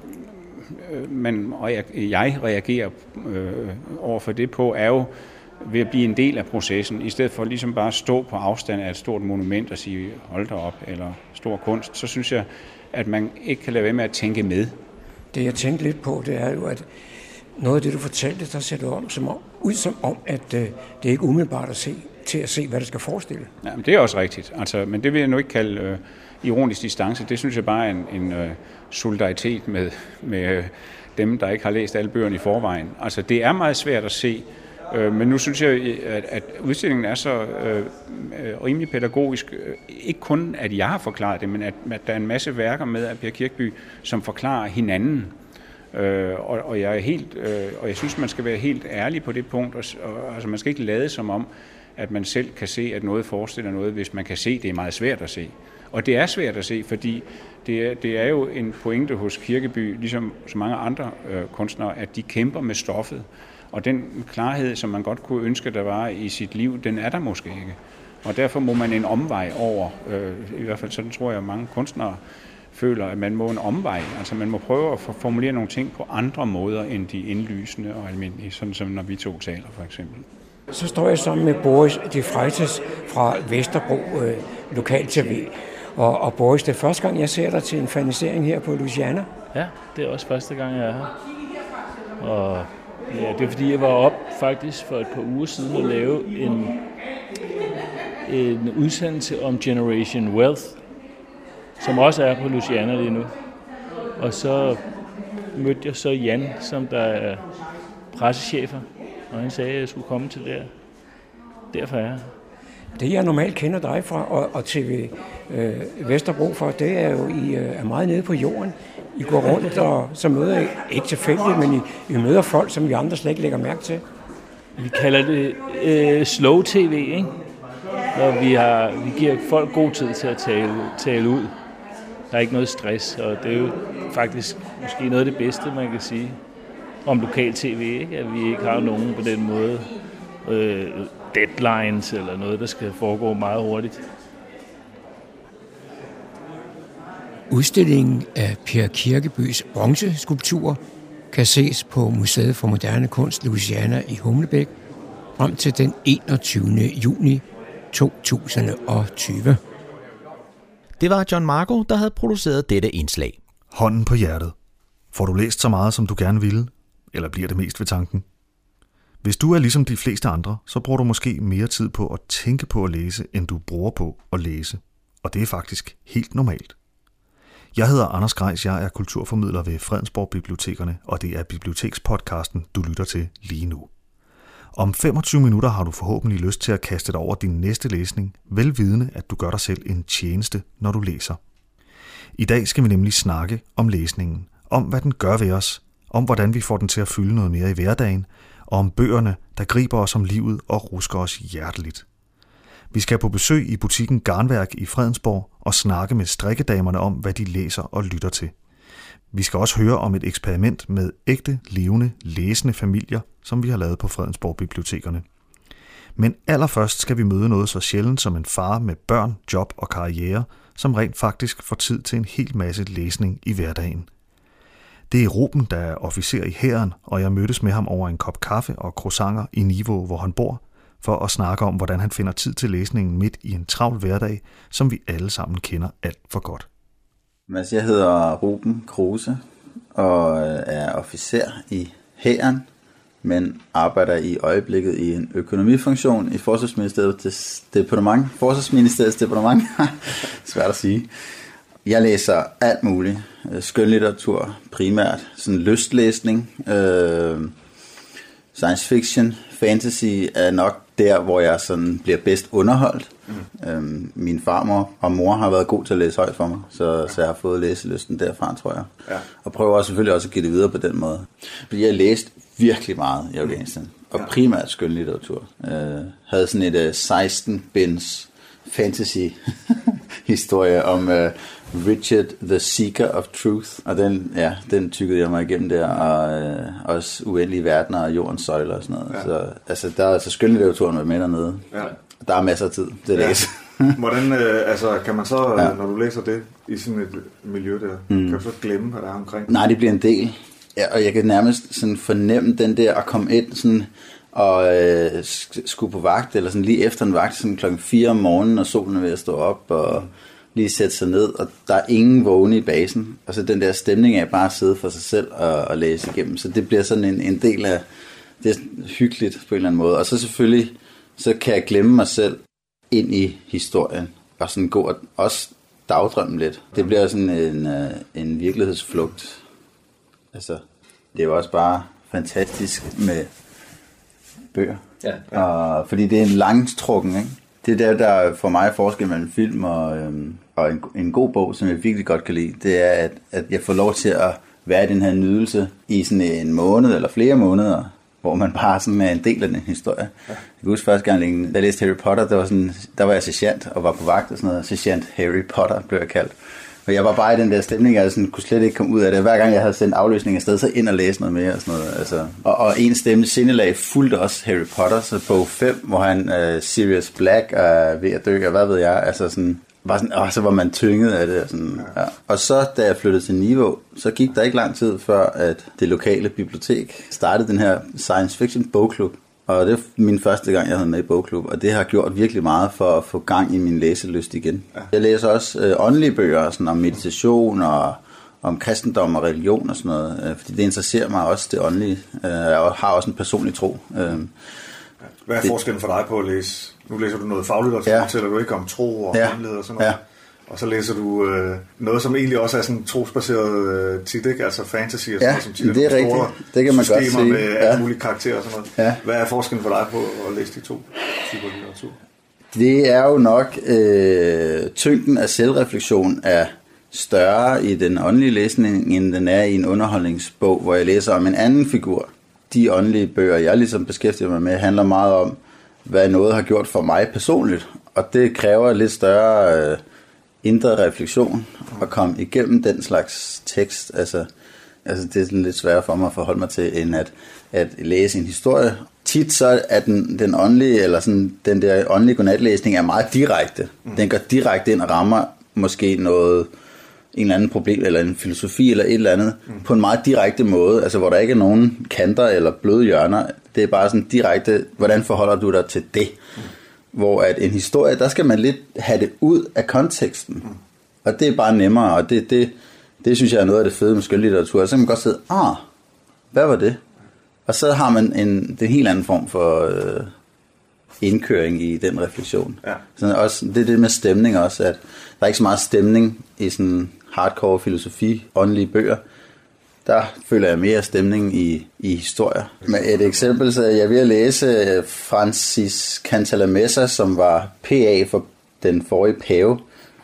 jeg reagerer over for det på, er jo ved at blive en del af processen, i stedet for ligesom bare at stå på afstand af et stort monument og sige, hold da op, eller stor kunst, så synes jeg, at man ikke kan lade være med at tænke med. Det jeg tænkte lidt på, det er jo, at noget af det, du fortalte, der ser du ud som om, at det er ikke umiddelbart til at se, hvad det skal forestille. Ja, men det er også rigtigt. Altså, men det vil jeg nu ikke kalde ironisk distance. Det synes jeg bare er en solidaritet med dem, der ikke har læst alle bøgerne i forvejen. Altså, det er meget svært at se, men nu synes jeg, at udstillingen er så rimelig pædagogisk. Ikke kun, at jeg har forklaret det, men at der er en masse værker med af Per Kirkeby, som forklarer hinanden. Og jeg synes, man skal være helt ærlig på det punkt. Altså, man skal ikke lade som om, at man selv kan se, at noget forestiller noget, hvis man kan se, det er meget svært at se. Og det er svært at se, fordi det er jo en pointe hos Kirkeby, ligesom så mange andre kunstnere, at de kæmper med stoffet. Og den klarhed, som man godt kunne ønske, der var i sit liv, den er der måske ikke. Og derfor må man en omvej over, i hvert fald sådan tror jeg, mange kunstnere føler, at man må en omvej. Altså man må prøve at formulere nogle ting på andre måder, end de indlysende og almindelige, sådan som når vi to taler for eksempel. Så står jeg sammen med Boris de Freitas fra Vesterbro Lokal TV. Og Boris, det er første gang, jeg ser dig til en fanisering her på Louisiana. Ja, det er også første gang, jeg er her. Og ja, det er fordi, jeg var op faktisk for et par uger siden og lave en udsendelse om Generation Wealth, som også er på Louisiana lige nu. Og så mødte jeg så Jan, som der er pressechefer, og han sagde, at jeg skulle komme til der. Derfor er jeg. Det, jeg normalt kender dig fra og TV Vesterbro fra, det er jo, I er meget nede på jorden. I går rundt, og så møder I, ikke tilfældigt, men I møder folk, som vi andre slet ikke lægger mærke til. Vi kalder det slow tv, ikke? Og vi giver folk god tid til at tale ud. Der er ikke noget stress, og det er jo faktisk måske noget af det bedste, man kan sige om lokal tv, ikke? At vi ikke har nogen på den måde deadlines eller noget, der skal foregå meget hurtigt. Udstillingen af Per Kirkebys bronzeskulpturer kan ses på Museet for Moderne Kunst Louisiana i Humlebæk frem til den 21. juni 2020. Det var John Marco, der havde produceret dette indslag. Hånden på hjertet. Får du læst så meget, som du gerne ville? Eller bliver det mest ved tanken? Hvis du er ligesom de fleste andre, så bruger du måske mere tid på at tænke på at læse, end du bruger på at læse. Og det er faktisk helt normalt. Jeg hedder Anders Grejs, jeg er kulturformidler ved Fredensborg Bibliotekerne, og det er bibliotekspodcasten, du lytter til lige nu. Om 25 minutter har du forhåbentlig lyst til at kaste dig over din næste læsning, velvidende at du gør dig selv en tjeneste, når du læser. I dag skal vi nemlig snakke om læsningen, om hvad den gør ved os, om hvordan vi får den til at fylde noget mere i hverdagen, og om bøgerne, der griber os om livet og rusker os hjerteligt. Vi skal på besøg i butikken Garnværk i Fredensborg og snakke med strikkedamerne om, hvad de læser og lytter til. Vi skal også høre om et eksperiment med ægte, levende, læsende familier, som vi har lavet på Fredensborg Bibliotekerne. Men allerførst skal vi møde noget så sjældent som en far med børn, job og karriere, som rent faktisk får tid til en hel masse læsning i hverdagen. Det er Ruben, der er officer i hæren, og jeg mødtes med ham over en kop kaffe og croissanter i Niveau, hvor han bor, for at snakke om, hvordan han finder tid til læsningen midt i en travl hverdag, som vi alle sammen kender alt for godt. Jeg hedder Ruben Kruse og er officer i hæren, men arbejder i øjeblikket i en økonomifunktion i Forsvarsministeriets departement. Svært at sige. Jeg læser alt muligt. Skønlitteratur primært. Sådan lystlæsning. Science fiction. Fantasy er nok der, hvor jeg sådan bliver bedst underholdt. Min farmor og mor har været god til at læse højt for mig, så jeg har fået læselysten derfra, tror jeg. Ja. Og prøver selvfølgelig også at give det videre på den måde. Fordi jeg læste virkelig meget i Afghanistan, og primært skønlitteratur. Havde sådan et 16-binds fantasy-historie om Richard the Seeker of Truth, og den tykkede jeg mig igennem der, og også Uendelige Verdener og Jordens Søjler og sådan noget. Ja. Så altså, der er altså skønlitteraturen med dernede. Ja. Der er masser af tid til at læse. Hvordan, kan man så, når du læser det i sådan et miljø der, kan du så glemme, hvad der er omkring? Nej, det bliver en del. Ja, og jeg kan nærmest sådan fornemme den der at komme ind sådan og skulle på vagt, eller sådan lige efter en vagt, sådan klokken 4 om morgenen, og solen er ved at stå op, og lige sætte sig ned, og der er ingen vågne i basen. Altså den der stemning af bare at sidde for sig selv og læse igennem. Så det bliver sådan en del af, det er hyggeligt på en eller anden måde. Og så selvfølgelig, så kan jeg glemme mig selv ind i historien, og sådan gå og også dagdrømme lidt. Det bliver sådan en virkelighedsflugt. Altså, det er jo også bare fantastisk med bøger. Ja. Og, fordi det er en langstrukken, ikke? Det er der for mig er forskel mellem film og en god bog, som jeg virkelig godt kan lide. Det er, at jeg får lov til at være i den her nydelse i sådan en måned eller flere måneder, hvor man bare sådan er en del af den historie. Ja. Jeg kan huske første gang, da jeg læste Harry Potter, der var jeg sergeant og var på vagt og sådan noget. Sergeant Harry Potter blev jeg kaldt. Og jeg var bare i den der stemning, at jeg sådan, kunne slet ikke komme ud af det. Hver gang jeg havde sendt afløsning afsted, så ind og læse noget mere og sådan noget. Altså. Og en stemme sindelag fulgte også Harry Potter, så bog 5, hvor han Sirius Black er ved at dø, og hvad ved jeg. Altså sådan, var sådan, så var man tynget af det. Og, sådan, ja. Og så da jeg flyttede til Niveau, så gik der ikke lang tid før, at det lokale bibliotek startede den her science fiction bogklub. Og det er min første gang, jeg havde med i bogklub, og det har gjort virkelig meget for at få gang i min læselyst igen. Ja. Jeg læser også åndelige bøger sådan om meditation og om kristendom og religion og sådan noget, fordi det interesserer mig også, det åndelige. Jeg har også en personlig tro. Hvad er forskellen for dig på at læse? Nu læser du noget faglitteratur, ja. Fortæller du ikke om tro og åndelighed og sådan noget. Ja. Og så læser du noget, som egentlig også er sådan trosbaseret tit, ikke? Altså fantasy og sådan noget, som tit det er rigtigt. Det kan man godt sige. Systemer med alle mulige karakterer og sådan noget. Ja. Hvad er forskellen for dig på at læse de to typer litteratur? Det er jo nok, tyngden af selvreflektion er større i den åndelige læsning, end den er i en underholdningsbog, hvor jeg læser om en anden figur. De åndelige bøger, jeg ligesom beskæftiger mig med, handler meget om, hvad noget har gjort for mig personligt. Og det kræver lidt større indre refleksion at komme igennem den slags tekst. Altså det er sådan lidt sværere for mig at forholde mig til, end at læse en historie. Tit så er den åndelige, eller sådan, den der åndelige godnatlæsning er meget direkte. Den går direkte ind og rammer måske noget, en eller anden problem, eller en filosofi, eller et eller andet, på en meget direkte måde, altså hvor der ikke er nogen kanter eller bløde hjørner. Det er bare sådan direkte, hvordan forholder du dig til det? Hvor at en historie, der skal man lidt have det ud af konteksten. Og det er bare nemmere, og det synes jeg er noget af det fede med skønlitteratur. Så kan man godt sidde, hvad var det? Og så har man en helt anden form for indkøring i den refleksion. Ja. Så også, det er det med stemning også, at der er ikke så meget stemning i sådan hardcore filosofi, åndelige bøger. Der føler jeg mere stemning i historier. Med et eksempel, så jeg vil læse Francis Cantalamessa, som var PA for den forrige pave.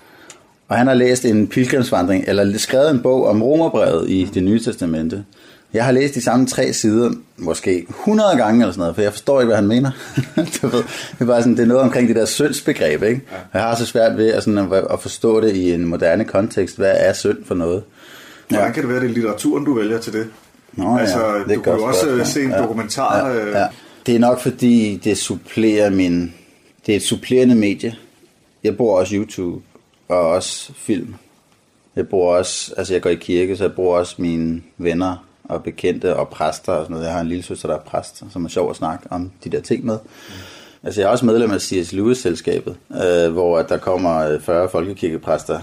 Og han har læst en pilgrimsvandring, eller skrevet en bog om Romerbrevet i Det Nye Testamente. Jeg har læst de samme 3 sider, måske 100 gange eller sådan noget, for jeg forstår ikke, hvad han mener. Du ved, det er bare sådan, det er noget omkring det der syndsbegreb, ikke? Ja. Jeg har så svært ved at forstå det i en moderne kontekst. Hvad er synd for noget? Hvordan kan det være, det er litteraturen, du vælger til det? Nå, altså, det du kan jo også se en dokumentar. Ja. Det er nok fordi, det supplerer det er et supplerende medie. Jeg bruger også YouTube og også film. Jeg bruger også, altså jeg går i kirke, så jeg bruger også mine venner og bekendte og præster og sådan noget. Jeg har en lille søster, der er præst, som er sjov at snakke om de der ting med. Altså jeg er også medlem af C.S. Lewis-selskabet, hvor der kommer 40 folkekirkepræster.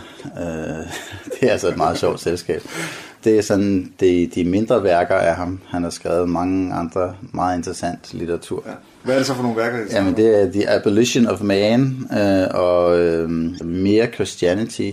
Det er altså et meget sjovt selskab. Det er sådan de mindre værker af ham. Han har skrevet mange andre meget interessant litteratur. Ja. Hvad er det så for nogle værker? Jamen det er The Abolition of Man og Mere Christianity.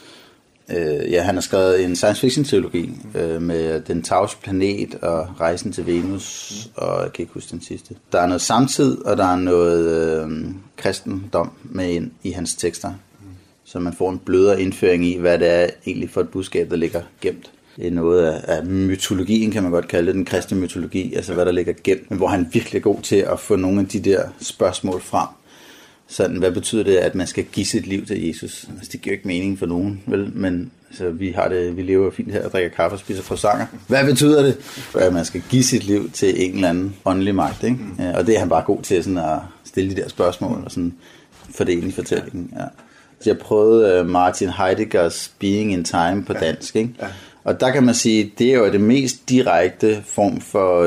Ja. Han har skrevet en science fiction teologi med Den tavse planet og Rejsen til Venus, og jeg kan ikke huske den sidste. Der er noget samtid, og der er noget kristendom med ind i hans tekster, så man får en blødere indføring i, hvad det er egentlig for et budskab, der ligger gemt. Det er noget af mytologien, kan man godt kalde det, den kristne mytologi, altså hvad der ligger gemt, men hvor han virkelig er god til at få nogle af de der spørgsmål frem. Sådan, hvad betyder det, at man skal give sit liv til Jesus? Altså, det giver ikke mening for nogen, vel? Men altså, vi lever fint her og drikker kaffe og spiser croissanter. Hvad betyder det, at man skal give sit liv til en eller anden åndelig magt, ikke? Og det er han bare god til sådan at stille de der spørgsmål og sådan få det ind i fortællingen. Ja. Så jeg prøvede Martin Heideggers Being in Time på dansk, ikke? Ja. Og der kan man sige, det er jo det mest direkte form for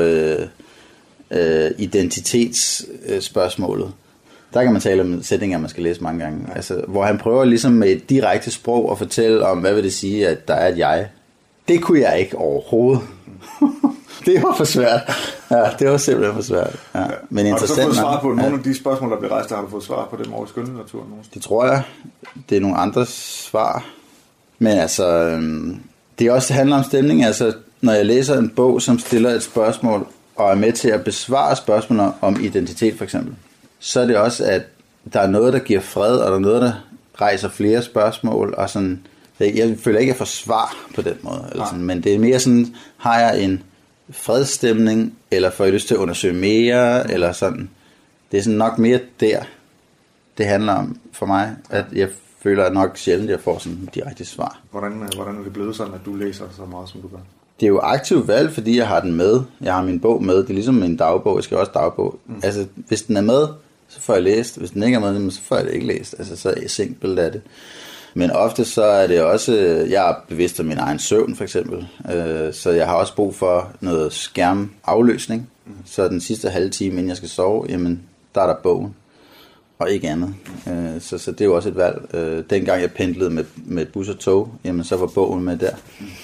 identitetsspørgsmålet. Der kan man tale om sætninger, man skal læse mange gange. Ja. Altså, hvor han prøver ligesom med et direkte sprog at fortælle om, hvad vil det sige, at der er et jeg. Det kunne jeg ikke overhovedet. Det var for svært. Ja, det var simpelthen for svært. Ja. Ja. Men har du så fået svar på nogle af de spørgsmål, der bliver rejst? Har du fået svar på dem over i skønlitteraturen? Det tror jeg. Det er nogle andre svar. Men altså, det også handler om stemning. Altså, når jeg læser en bog, som stiller et spørgsmål, og er med til at besvare spørgsmål om identitet for eksempel, så er det også, at der er noget, der giver fred, og der er noget, der rejser flere spørgsmål, og sådan, jeg føler ikke, at jeg får svar på den måde, eller sådan, men det er mere sådan, har jeg en fredsstemning, eller får jeg lyst til at undersøge mere, eller sådan, det er sådan nok mere der, det handler om for mig, at jeg føler at nok sjældent, at jeg får sådan direkte svar. Hvordan er det blevet sådan, at du læser så meget, som du gør? Det er jo aktivt valg, fordi jeg har den med. Jeg har min bog med. Det er ligesom min dagbog. Jeg skal også dagbog. Altså, hvis den er med, så får jeg læst. Hvis den ikke er med, så får jeg det ikke læst. Altså, så er jeg simpelt af det. Men ofte så er det også, jeg er bevidst om min egen søvn, for eksempel. Så jeg har også brug for noget skærmafløsning. Så den sidste halve time, inden jeg skal sove, jamen, der er der bogen, og ikke andet. Så det er jo også et valg. Dengang jeg pendlede med bus og tog, jamen, så var bogen med der.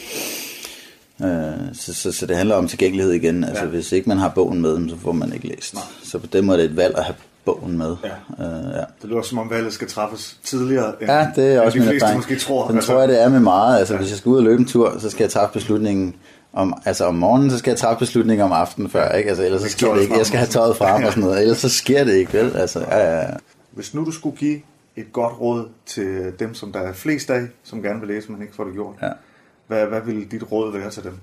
Så det handler om tilgængelighed igen. Altså, hvis ikke man har bogen med, så får man ikke læst. Nej. Så på den måde er det et valg at have bogen med. Ja. Det lyder som om valget skal træffes tidligere, end, det er også de fleste måske tror. Den tror jeg, det er med meget. Altså, hvis jeg skal ud og løbe en tur, så skal jeg træffe beslutningen om morgenen, så skal jeg træffe beslutningen om aftenen før, ikke? Altså, ellers så sker det ikke. Jeg skal have tøjet frem og sådan noget, ellers så sker det ikke, vel? Altså, Hvis nu du skulle give et godt råd til dem, som der er flest af, som gerne vil læse, men ikke får det gjort, hvad vil dit råd være til dem?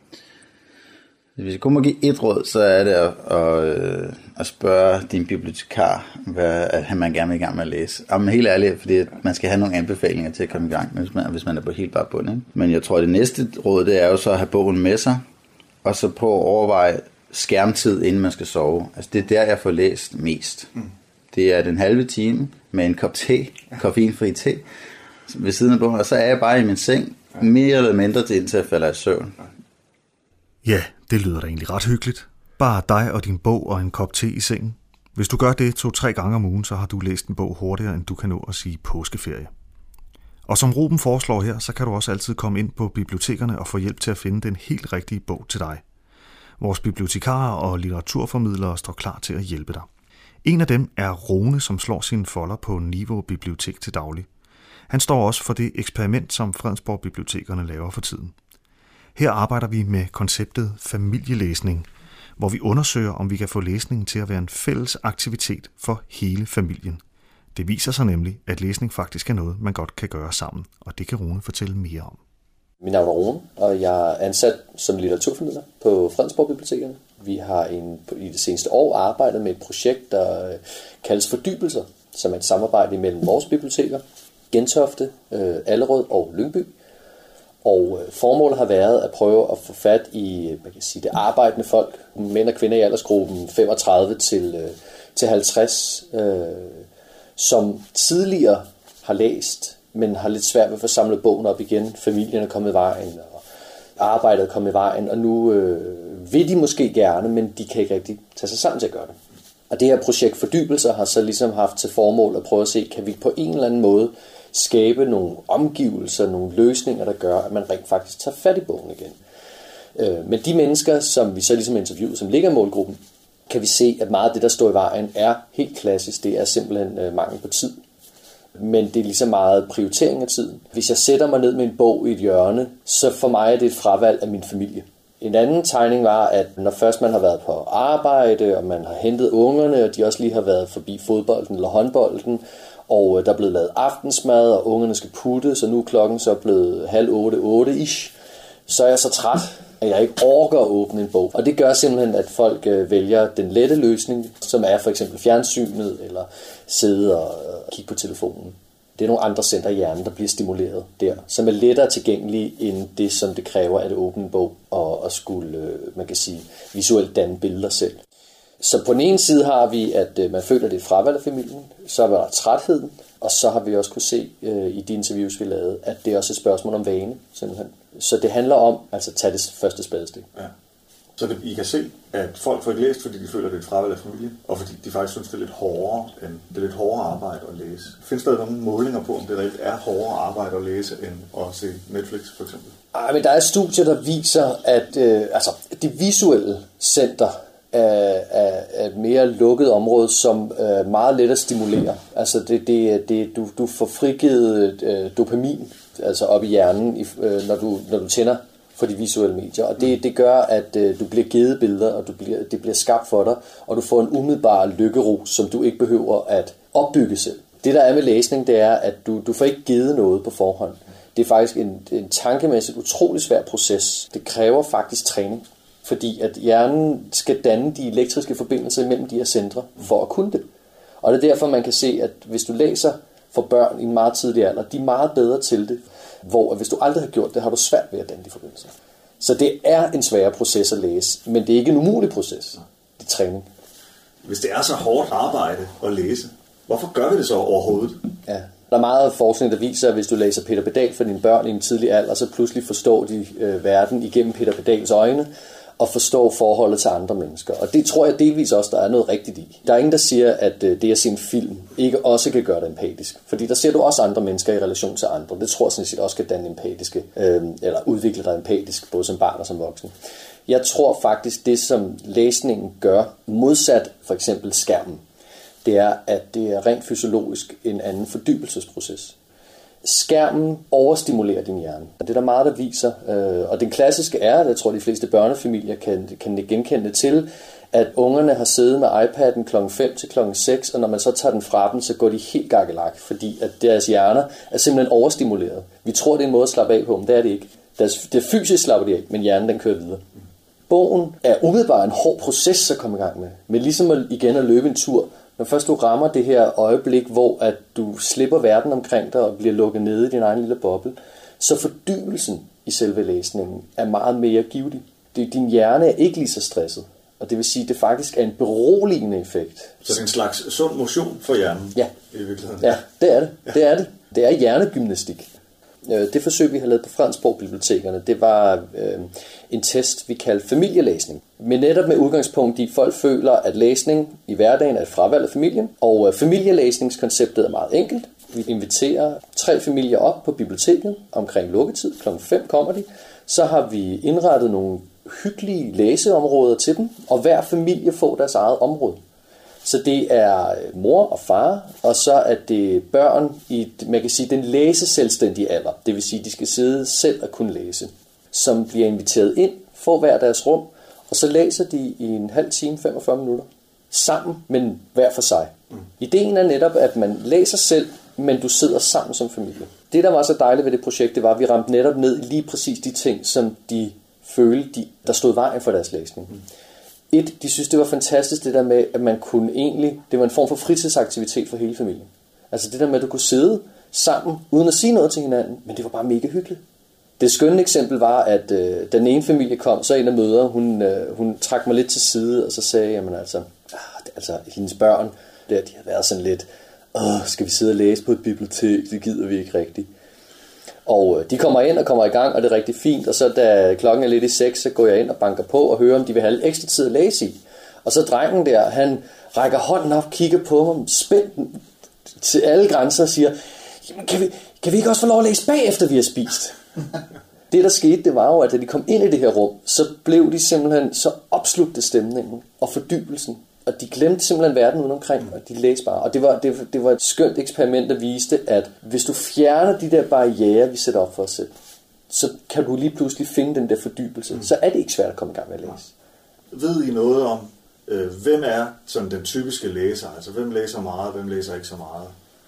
Hvis jeg kun må give et råd, så er det at spørge din bibliotekar, hvad man gerne vil i gang med at læse. Jamen helt ærligt, fordi man skal have nogle anbefalinger til at komme i gang, hvis man er på helt bare bund. Ikke? Men jeg tror, at det næste råd, det er jo så at have bogen med sig, og så på at overveje skærmtid, inden man skal sove. Altså det er der, jeg får læst mest. Det er den halve time med en kop te, koffeinfri te, ved siden af bogen, og så er jeg bare i min seng, mere eller mindre til indtil jeg falder i søvn. Ja, det lyder da egentlig ret hyggeligt. Bare dig og din bog og en kop te i sengen. Hvis du gør det 2-3 gange om ugen, så har du læst en bog hurtigere, end du kan nå at sige påskeferie. Og som Ruben foreslår her, så kan du også altid komme ind på bibliotekerne og få hjælp til at finde den helt rigtige bog til dig. Vores bibliotekarer og litteraturformidlere står klar til at hjælpe dig. En af dem er Rune, som slår sine folder på Nivå Bibliotek til daglig. Han står også for det eksperiment, som Fredensborg Bibliotekerne laver for tiden. Her arbejder vi med konceptet familielæsning, hvor vi undersøger, om vi kan få læsningen til at være en fælles aktivitet for hele familien. Det viser sig nemlig, at læsning faktisk er noget, man godt kan gøre sammen, og det kan Rune fortælle mere om. Mit navn er Rune, og jeg er ansat som litteraturformidler på Fredensborg Bibliotekerne. Vi har i det seneste år arbejdet med et projekt, der kaldes Fordybelser, som er et samarbejde mellem vores biblioteker, Gentofte, Allerød og Lyngby. Og formålet har været at prøve at få fat i det arbejdende folk, mænd og kvinder i aldersgruppen 35 til 50, som tidligere har læst, men har lidt svært ved at få samlet bogen op igen. Familien er kommet i vejen, og arbejdet er kommet i vejen, og nu vil de måske gerne, men de kan ikke rigtig tage sig sammen til at gøre det. Og det her projekt Fordybelser har så ligesom haft til formål at prøve at se, kan vi på en eller anden måde skabe nogle omgivelser, nogle løsninger, der gør, at man rent faktisk tager fat i bogen igen. Men de mennesker, som vi så ligesom interviewet, som ligger i målgruppen, kan vi se, at meget af det, der står i vejen, er helt klassisk. Det er simpelthen mangel på tid. Men det er lige så meget prioritering af tiden. Hvis jeg sætter mig ned med en bog i et hjørne, så for mig er det et fravalg af min familie. En anden tegning var, at når først man har været på arbejde, og man har hentet ungerne, og de også lige har været forbi fodbolden eller håndbolden, og der er blevet lavet aftensmad, og ungerne skal putte, så nu er klokken så blevet 7:30-8-ish, så er jeg så træt, at jeg ikke orker at åbne en bog. Og det gør simpelthen, at folk vælger den lette løsning, som er for eksempel fjernsynet, eller sidde og kigge på telefonen. Det er nogle andre centre i hjernen, der bliver stimuleret der, som er lettere tilgængelige end det, som det kræver at åbne en bog, og skulle, man kan sige, visuelt danne billeder selv. Så på den ene side har vi, at man føler, at det er fravalg af familien, så er der trætheden, og så har vi også kunne se i de interviews, vi lavede, at det er også et spørgsmål om vane, simpelthen. Så det handler om altså at tage det første spadestik. Ja. Så I kan se, at folk får ikke læst, fordi de føler, at det er et fravalg af familien, og fordi de faktisk synes, det er lidt hårdere arbejde at læse. Findes der nogle målinger på, om det reelt er hårdere arbejde at læse, end at se Netflix for eksempel? Men der er studier, der viser, at det visuelle center er et mere lukket område, som meget let at stimulere. Altså du får frigivet dopamin altså op i hjernen, når du tænder for de visuelle medier, og det gør, at du bliver givet billeder, og det bliver skabt for dig, og du får en umiddelbar lykkerus, som du ikke behøver at opbygge selv. Det der er med læsning, det er, at du får ikke givet noget på forhånd. Det er faktisk en tankemæssigt utrolig svær proces. Det kræver faktisk træning, fordi at hjernen skal danne de elektriske forbindelser mellem de her centre for at kunne det. Og det er derfor, man kan se, at hvis du læser for børn i en meget tidlig alder, de er meget bedre til det, hvor hvis du aldrig har gjort det, har du svært ved at danne de forbindelser. Så det er en svær proces at læse, men det er ikke en umulig proces. Det er træning. Hvis det er så hårdt arbejde at læse, hvorfor gør vi det så overhovedet? Ja. Der er meget forskning, der viser, at hvis du læser Peter Pedal for dine børn i en tidlig alder, så pludselig forstår de verden igennem Peter Pedals øjne, og forstå forholdet til andre mennesker. Og det tror jeg delvis også, der er noget rigtigt i. Der er ingen, der siger, at det at se en film ikke også kan gøre dig empatisk. Fordi der ser du også andre mennesker i relation til andre. Det tror jeg sådan set også kan danne empatiske, eller udvikle dig empatisk, både som barn og som voksen. Jeg tror faktisk, det som læsningen gør, modsat for eksempel skærmen, det er, at det er rent fysiologisk en anden fordybelsesproces. Skærmen overstimulerer din hjerne. Og det er der meget, der viser. Og den klassiske er, jeg tror de fleste børnefamilier kan genkende det til, at ungerne har siddet med iPad'en kl. 5 til kl. 6, og når man så tager den fra dem, så går de helt gakkelak, fordi at deres hjerner er simpelthen overstimuleret. Vi tror, det er en måde at slappe af på, men det er det ikke. Det fysisk slapper de af, men hjernen den kører videre. Bogen er umiddelbart en hård proces at komme i gang med, men ligesom igen at løbe en tur. Når først du rammer det her øjeblik, hvor at du slipper verden omkring dig og bliver lukket nede i din egen lille boble, så fordybelsen i selve læsningen er meget mere givtig. Din hjerne er ikke lige så stresset, og det vil sige, at det faktisk er en beroligende effekt. Så det er en slags sund motion for hjernen? Ja. I virkeligheden? Ja, det er det. Det er det. Det er hjernegymnastik. Det forsøg, vi har lavet på Fredensborg-bibliotekerne, det var en test, vi kaldte familielæsning. Men netop med udgangspunkt i, at folk føler, at læsning i hverdagen er et fravalg af familien. Og familielæsningskonceptet er meget enkelt. Vi inviterer 3 familier op på biblioteket omkring lukketid. Kl. 5 kommer de. Så har vi indrettet nogle hyggelige læseområder til dem, og hver familie får deres eget område. Så det er mor og far, og så er det børn i, man kan sige, den læseselvstændige alder. Det vil sige, at de skal sidde selv og kunne læse, som bliver inviteret ind, får hver deres rum, og så læser de i en halv time, 45 minutter, sammen, men hver for sig. Ideen er netop, at man læser selv, men du sidder sammen som familie. Det, der var så dejligt ved det projekt, det var, at vi ramte netop ned i lige præcis de ting, som de følte, der stod vejen for deres læsning. De synes, det var fantastisk, det der med, at man kunne egentlig, det var en form for fritidsaktivitet for hele familien. Altså det der med, at du kunne sidde sammen, uden at sige noget til hinanden, men det var bare mega hyggeligt. Det skønne eksempel var, at den ene familie kom, så en af mødre, hun trak mig lidt til side, og så sagde, jamen altså hendes børn, de har været sådan lidt, skal vi sidde og læse på et bibliotek, det gider vi ikke rigtigt. Og de kommer ind og kommer i gang, og det er rigtig fint, og så da klokken er lidt i 6, så går jeg ind og banker på og hører, om de vil have lidt ekstra tid at læse i. Og så drengen der, han rækker hånden op, kigger på mig, spændt til alle grænser og siger, jamen kan vi ikke også få lov at læse bagefter vi har spist? Det der skete, det var jo, at da de kom ind i det her rum, så blev de simpelthen så opslugte stemningen og fordybelsen. Og de glemte simpelthen verden ude omkring, og de læste bare. Og det var et skønt eksperiment, der viste, at hvis du fjerner de der barrierer, vi sætter op for os selv, så kan du lige pludselig finde den der fordybelse. Så er det ikke svært at komme i gang med at læse. Ved I noget om, hvem er sådan den typiske læser? Altså hvem læser meget, hvem læser ikke så meget?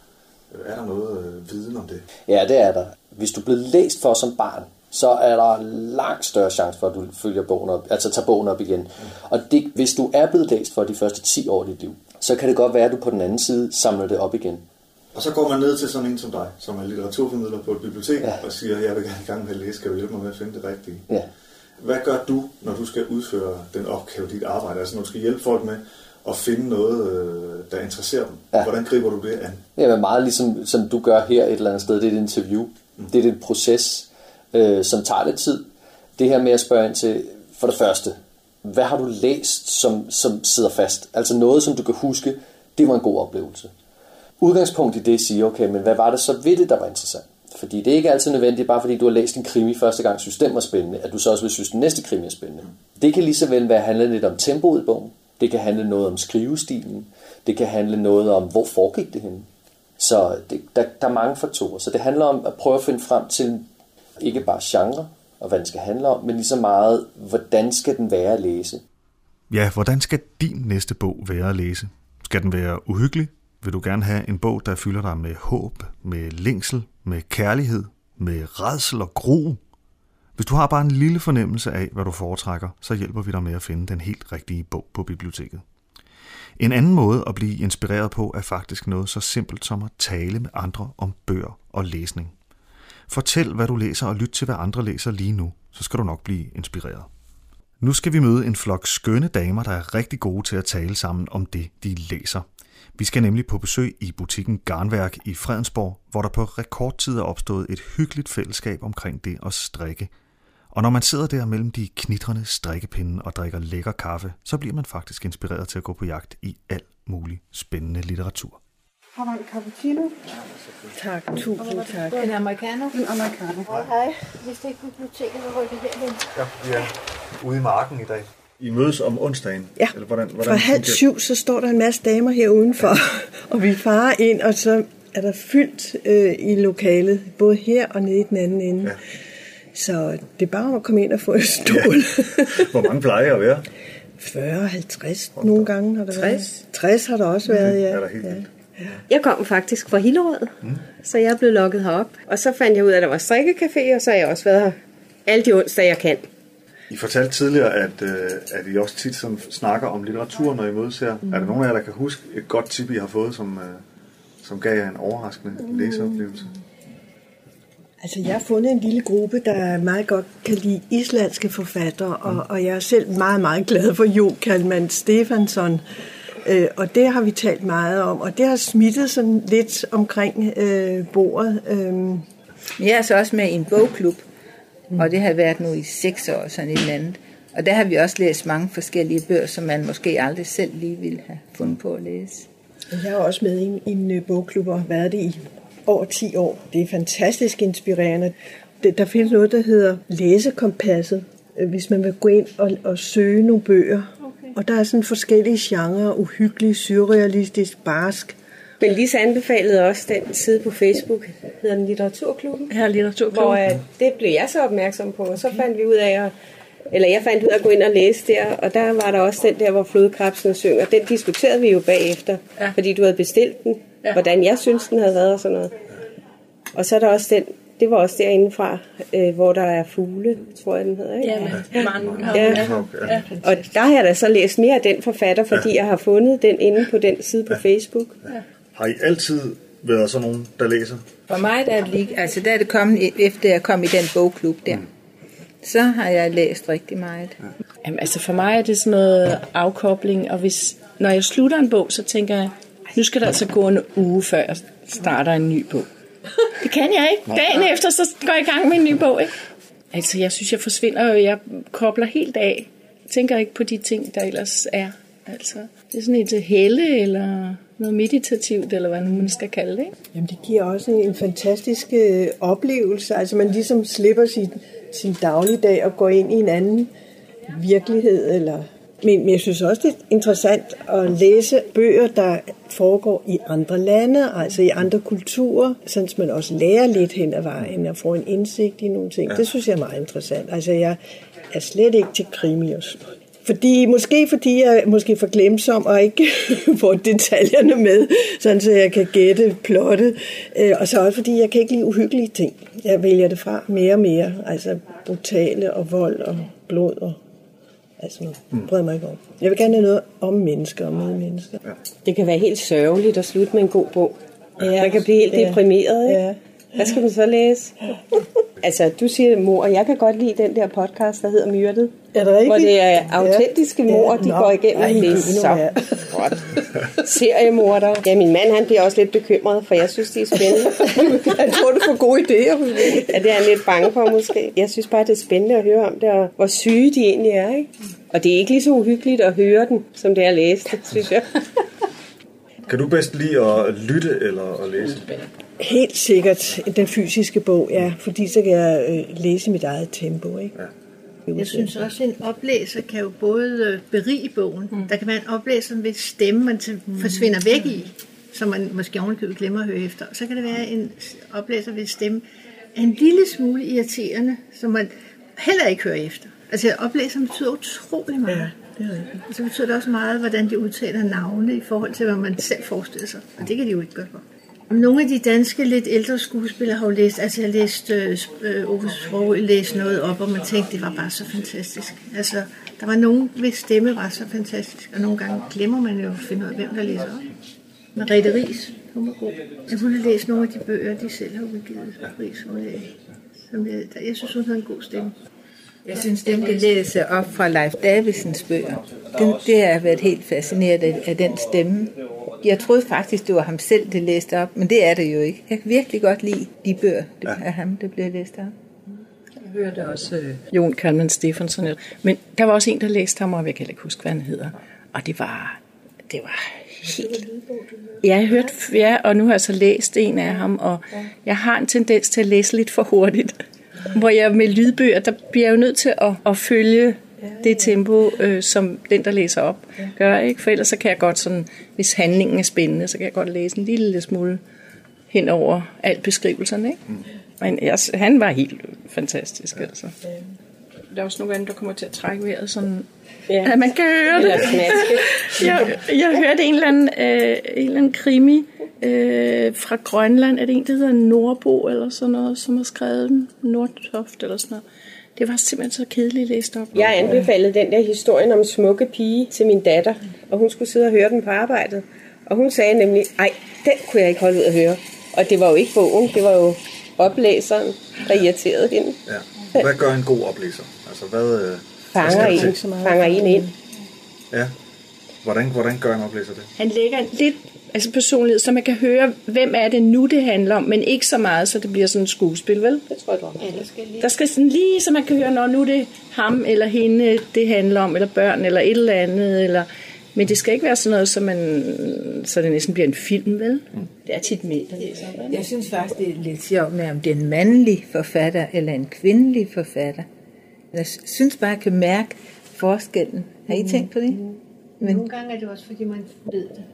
Er der noget viden om det? Ja, det er der. Hvis du er blevet læst for som barn, så er der langt større chance for, at du følger bogen op, altså tager bogen op igen. Og hvis du er blevet læst for de første 10 år i dit liv, så kan det godt være, at du på den anden side samler det op igen. Og så går man ned til sådan en som dig, som er litteraturformidler på et bibliotek, og siger, jeg vil gerne i gang med at læse, skal du hjælpe mig med at finde det rigtige? Ja. Hvad gør du, når du skal udføre den opgave, dit arbejde? Altså når du skal hjælpe folk med at finde noget, der interesserer dem. Ja. Hvordan griber du det an? Ja, meget ligesom som du gør her et eller andet sted, det er et interview. Det er et proces, som tager lidt tid. Det her med at spørge ind til, for det første, hvad har du læst, som sidder fast? Altså noget, som du kan huske, det var en god oplevelse. Udgangspunkt i det siger, okay, men hvad var det så ved det, der var interessant? Fordi det er ikke altid nødvendigt, bare fordi du har læst en krimi første gang, synes den var spændende, at du så også vil synes, den næste krimi er spændende. Det kan lige så vel handle lidt om tempoet i bogen. Det kan handle noget om skrivestilen. Det kan handle noget om, hvor foregik det henne. Så der er mange faktorer. Så det handler om at prøve at finde frem til ikke bare genre og hvad den skal handle om, men lige så meget, hvordan skal den være at læse. Ja, hvordan skal din næste bog være at læse? Skal den være uhyggelig? Vil du gerne have en bog, der fylder dig med håb, med længsel, med kærlighed, med rædsel og gru? Hvis du har bare en lille fornemmelse af, hvad du foretrækker, så hjælper vi dig med at finde den helt rigtige bog på biblioteket. En anden måde at blive inspireret på er faktisk noget så simpelt som at tale med andre om bøger og læsning. Fortæl, hvad du læser, og lyt til, hvad andre læser lige nu, så skal du nok blive inspireret. Nu skal vi møde en flok skønne damer, der er rigtig gode til at tale sammen om det, de læser. Vi skal nemlig på besøg i butikken Garnværk i Fredensborg, hvor der på rekordtid er opstået et hyggeligt fællesskab omkring det at strikke. Og når man sidder der mellem de knitrende strikkepinde og drikker lækker kaffe, så bliver man faktisk inspireret til at gå på jagt i alt mulig spændende litteratur. Har man en cappuccino? Tak, tusind tak. En americano? En americano. Hej. Hvis det ikke er biblioteket, så rykker herhen. Ja, vi er ude i marken i dag. I mødes om onsdagen? Ja, eller hvordan fra 6:30, så står der en masse damer her udenfor, og vi farer ind, og så er der fyldt i lokalet, både her og nede i den anden ende. Ja. Så det er bare om at komme ind og få en stol. Ja. Hvor mange plejer at være? 40-50 nogle gange har der været. 60 har der også været, ja. Ja. Jeg kom faktisk fra Hillerød, så jeg blev lukket herop. Og så fandt jeg ud af, at der var strikkecafé, og så har jeg også været her alle de onsdage, jeg kan. I fortalte tidligere, at I også tit snakker om litteratur, når I mødes her. Er der nogen af jer, der kan huske et godt tip, I har fået, som gav jer en overraskende læseoplevelse? Altså, jeg har fundet en lille gruppe, der meget godt kan lide islandske forfattere, og jeg er selv meget, meget glad for Jo Kalman Stefansson. Og det har vi talt meget om, og det har smittet sådan lidt omkring bordet. Jeg er så også med i en bogklub, og det har været nu i 6 år, sådan et eller andet. Og der har vi også læst mange forskellige bøger, som man måske aldrig selv lige ville have fundet på at læse. Jeg er også med i en bogklub og har været det i over 10 år. Det er fantastisk inspirerende. Der findes noget, der hedder Læsekompasset, hvis man vil gå ind og søge nogle bøger. Okay. Og der er sådan forskellige genrer, uhyggelig, surrealistisk, barsk. Men Lisa anbefalede også den side på Facebook, hedder den Litteraturklubben. Ja, Litteraturklubben. Hvor det blev jeg så opmærksom på, og så fandt vi ud af jeg fandt ud af at gå ind og læse der, og der var der også den der, hvor flodkrebsene synger. Den diskuterede vi jo bagefter, fordi du havde bestilt den, hvordan jeg synes, den havde været og sådan noget. Og så er der også den, det var også derindefra, hvor der er fugle, tror jeg den hedder, ikke? Ja. Og der har jeg da så læst mere af den forfatter, fordi jeg har fundet den inde på den side på Facebook. Ja. Har I altid været sådan nogen, der læser? For mig der er det kommet, efter jeg kom i den bogklub der. Så har jeg læst rigtig meget. Jamen, altså for mig er det sådan noget afkobling, og når jeg slutter en bog, så tænker jeg, nu skal der altså gå en uge, før jeg starter en ny bog. Det kan jeg ikke. Dagen efter, så går jeg i gang med en ny bog, ikke? Altså, jeg synes, jeg forsvinder, og jeg kobler helt af. Jeg tænker ikke på de ting, der ellers er. Altså, det er sådan et helle, eller noget meditativt, eller hvad man skal kalde det, ikke? Jamen, det giver også en fantastisk oplevelse. Altså, man ligesom slipper sin dagligdag og går ind i en anden virkelighed. Men jeg synes også, det er interessant at læse bøger, der foregår i andre lande, altså i andre kulturer, så man også lærer lidt hen ad vejen og får en indsigt i nogle ting. Ja. Det synes jeg er meget interessant. Altså, jeg er slet ikke til krimi og sådan noget. Fordi jeg er for glemsom og ikke får detaljerne med, sådan så jeg kan gætte plottet. Og så også fordi jeg kan ikke lide uhyggelige ting. Jeg vælger det fra mere og mere. Altså brutale og vold og blod og altså bryder mig ikke om. Jeg vil gerne have noget om mennesker og medmennesker. Ja. Det kan være helt sørgeligt at slutte med en god bog. Ja. Man kan blive helt deprimeret, ikke? Ja. Hvad skal man så læse? Altså, du siger mor, og jeg kan godt lide den der podcast, der hedder Myrdet. Er det rigtigt? Hvor det er autentiske mor, de går igennem. Det er så godt. Seriemorder. Ja, min mand, han bliver også lidt bekymret, for jeg synes, det er spændende. Jeg tror, du får gode idéer. Ja, det er han lidt bange for måske. Jeg synes bare, det er spændende at høre om det, og hvor syge de egentlig er, ikke? Og det er ikke lige så uhyggeligt at høre den, som det er at læse det, synes jeg. Kan du bedst lide at lytte eller at læse? Helt sikkert den fysiske bog, ja. Fordi så kan jeg læse mit eget tempo, ikke? Ja. Jeg synes også, at en oplæser kan jo både berige bogen. Der kan være en oplæser ved stemme, man forsvinder væk i, som man måske ovenikøbet glemmer at høre efter. Og så kan det være en oplæser ved stemme en lille smule irriterende, som man heller ikke hører efter. Altså oplæseren betyder utrolig meget. Ja. Og så betyder det også meget, hvordan de udtaler navne i forhold til, hvad man selv forestiller sig. Og det kan de jo ikke gøre for. Nogle af de danske lidt ældre skuespillere har jo læst, altså jeg har læst Ove Sprogøe læse noget op, og man tænkte, det var bare så fantastisk. Altså, der var nogen, hvis stemme var så fantastisk, og nogle gange glemmer man jo at finde ud af, hvem der læser op. Merete Riis, hun var god. Jeg kunne læse nogle af de bøger, de selv har udgivet. Jeg synes, hun havde en god stemme. Jeg synes, dem, der læser op fra Leif Davidsens bøger, det har været helt fascineret af den stemme. Jeg troede faktisk, det var ham selv, der læste op, men det er det jo ikke. Jeg kan virkelig godt lide de bøger af ham, der bliver læst op. hørte også Jon Kalman Stephensen. Men der var også en, der læste ham, og jeg kan ikke huske, hvad han hedder. Og det var helt... Ja, jeg hørte, og nu har jeg så læst en af ham, og jeg har en tendens til at læse lidt for hurtigt. Hvor jeg med lydbøger, der bliver jeg jo nødt til at følge det tempo, som den, der læser op, gør, ikke? For ellers så kan jeg godt sådan, hvis handlingen er spændende, så kan jeg godt læse en lille smule hen over alt beskrivelserne, ikke? Men han var helt fantastisk, altså. Der er også nogle gange, der kommer til at trække vejret sådan, at man kan høre det. Jeg hørte en eller anden krimi fra Grønland. Er det en, der hedder Nordbo eller sådan noget, som har skrevet den? Nordtoft eller sådan noget. Det var simpelthen så kedeligt læst op. Jeg anbefalede den der historien om smukke pige til min datter, og hun skulle sidde og høre den på arbejdet. Og hun sagde nemlig, den kunne jeg ikke holde ud at høre. Og det var jo ikke bogen, det var jo oplæseren, der irriterede hende. Ja. Hvad gør en god oplæser? Altså, hvad fanger en ind. Ja. Hvordan gør en oplæser det? Han lægger lidt personlighed, så man kan høre, hvem er det nu, det handler om, men ikke så meget, så det bliver sådan et skuespil, vel? Det tror jeg godt. Der skal sådan lige, så man kan høre, når nu det er ham eller hende, det handler om, eller børn, eller et eller andet, eller... Men det skal ikke være sådan noget, så det næsten bliver en film, vel? Det er tit med, der læser. Jeg synes faktisk, det er lidt sjovt med, om det er en mandlig forfatter eller en kvindelig forfatter. Jeg synes bare, jeg kan mærke forskellen. Har I tænkt på det? Men nogle gange er det også, fordi man ved det.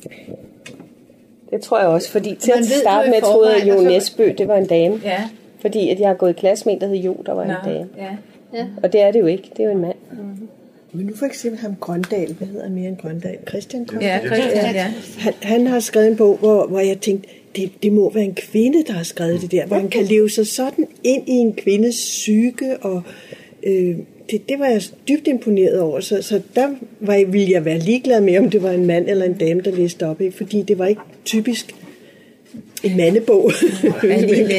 Det tror jeg også, fordi til at starte med, troede jeg, at Jo Nesbø, det var en dame. Ja. Fordi at jeg har gået i klasse med en, der hed Jo, der var en dame. Ja. Og det er det jo ikke. Det er jo en mand. Men nu for eksempel ham Grøndal, hvad hedder han mere end Grøndal? Christian Grøndal? Ja, Christian, ja. Han har skrevet en bog, hvor jeg tænkte, det må være en kvinde, der har skrevet det der, hvor han kan leve sig sådan ind i en kvindes psyke, og det var jeg dybt imponeret over, så der ville jeg være ligeglad med, om det var en mand eller en dame, der læste op, ikke? Fordi det var ikke typisk en mandebog. Han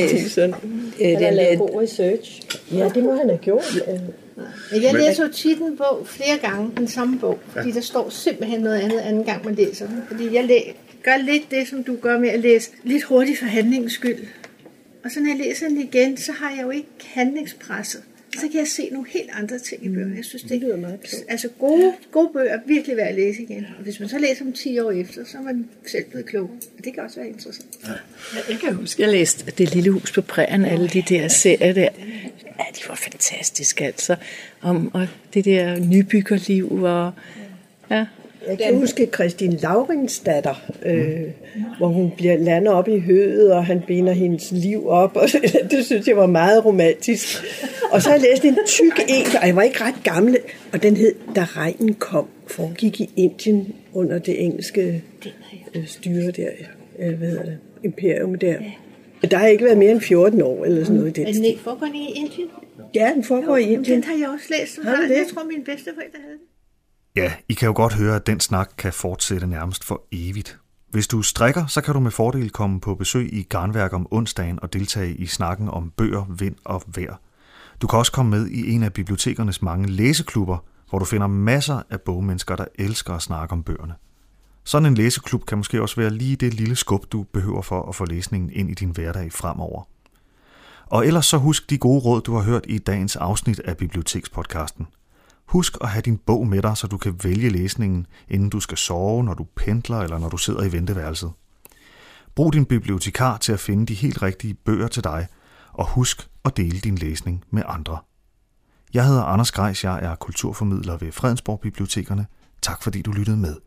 har lavet god research. Ja, det må han have gjort. Men jeg læser jo tit en bog flere gange, den samme bog, fordi der står simpelthen noget andet anden gang, man læser den. Fordi jeg gør lidt det, som du gør med at læse lidt hurtigt for handlingens skyld. Og så når jeg læser den igen, så har jeg jo ikke handlingspresset. Så kan jeg se nogle helt andre ting i bøgerne. Jeg synes, det lyder meget klogt. Altså gode bøger er virkelig værd at læse igen. Og hvis man så læser dem 10 år efter, så er man selv blevet klogere. Det kan også være interessant. Ja. Jeg kan huske, jeg læste Det lille hus på prærien, alle de der serier der. Ja, de var fantastiske, altså. Og det der nybyggerliv og... Ja. Jeg kan huske Christine Laurinsdatter, hvor hun lander op i høet, og han binder hendes liv op, og det synes jeg var meget romantisk. Og så har jeg læst en tyk en, og jeg var ikke ret gammel, og den hed Da regnen kom, foregik i Indien under det engelske styre der, hvad hedder det, imperium der. Der har ikke været mere end 14 år, eller sådan noget. Men den foregår i Indien? Ja, den foregår i Indien. Den har jeg også læst. Jeg tror, mine bedsteforældre havde den. Ja, I kan jo godt høre, at den snak kan fortsætte nærmest for evigt. Hvis du strikker, så kan du med fordel komme på besøg i Garnværk om onsdagen og deltage i snakken om bøger, vind og vejr. Du kan også komme med i en af bibliotekernes mange læseklubber, hvor du finder masser af bogmennesker, der elsker at snakke om bøgerne. Sådan en læseklub kan måske også være lige det lille skub, du behøver for at få læsningen ind i din hverdag fremover. Og ellers så husk de gode råd, du har hørt i dagens afsnit af Bibliotekspodcasten. Husk at have din bog med dig, så du kan vælge læsningen, inden du skal sove, når du pendler eller når du sidder i venteværelset. Brug din bibliotekar til at finde de helt rigtige bøger til dig, og husk at dele din læsning med andre. Jeg hedder Anders Grejs, jeg er kulturformidler ved Fredensborg Bibliotekerne. Tak fordi du lyttede med.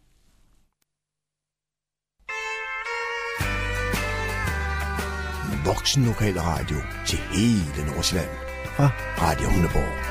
Voksen lokal radio til hele Nordsjælland fra Radio Hundeborg.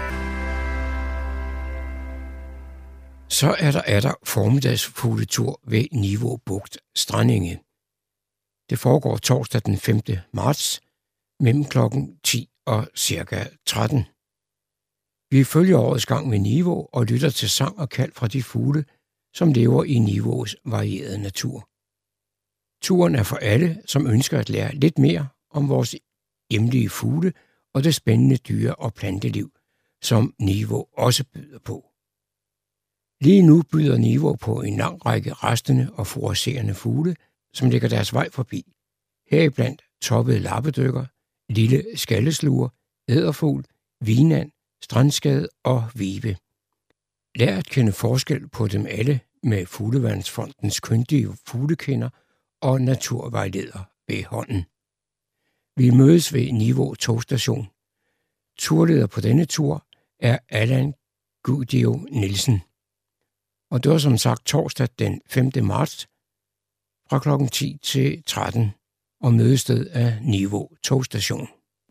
Så er der formiddagsfugletur ved Nivå Bugt Strandinge. Det foregår torsdag den 5. marts mellem klokken 10 og cirka 13. Vi følger årets gang ved Nivå og lytter til sang og kald fra de fugle, som lever i Nivås varierede natur. Turen er for alle, som ønsker at lære lidt mere om vores hjemlige fugle og det spændende dyre- og planteliv, som Nivå også byder på. Lige nu byder Nivå på en lang række rastende og fluorescerende fugle, som lægger deres vej forbi. Heriblandt toppede lappedykker, lille skallesluger, edderfugl, vinand, strandskade og vibe. Lær at kende forskel på dem alle med Fugleværnsfondens kyndige fuglekender og naturvejleder ved hånden. Vi mødes ved Nivå togstation. Turleder på denne tur er Allan Gudio Nielsen. Og det var som sagt torsdag den 5. marts fra kl. 10 til 13 og mødested af Nivå togstation.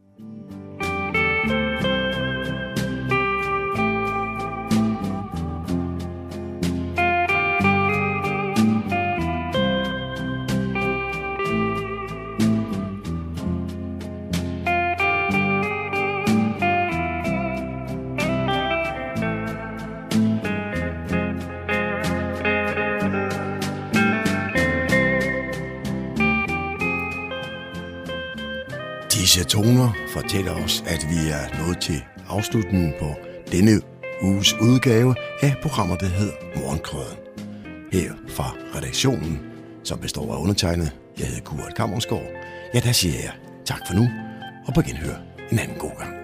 Disse toner fortæller os, at vi er nået til afslutningen på denne uges udgave af programmet, der hedder Morgenkrøden. Her fra redaktionen, som består af undertegnet, jeg hedder Kurt Kammersgaard. Ja, der siger jeg tak for nu, og på genhør en anden god gang.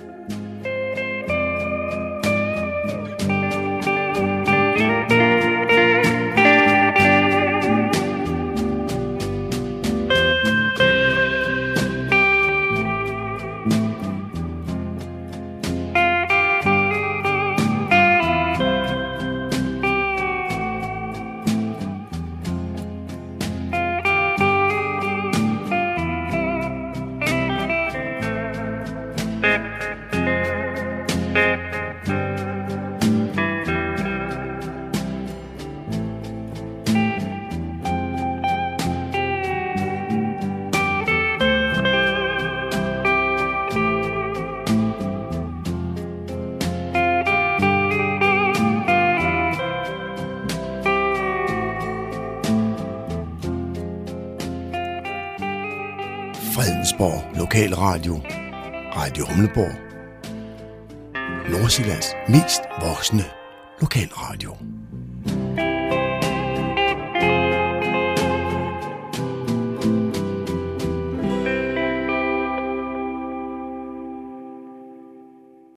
Fredensborg Lokalradio, Radio Humleborg, Nordsjællands mest voksne lokalradio.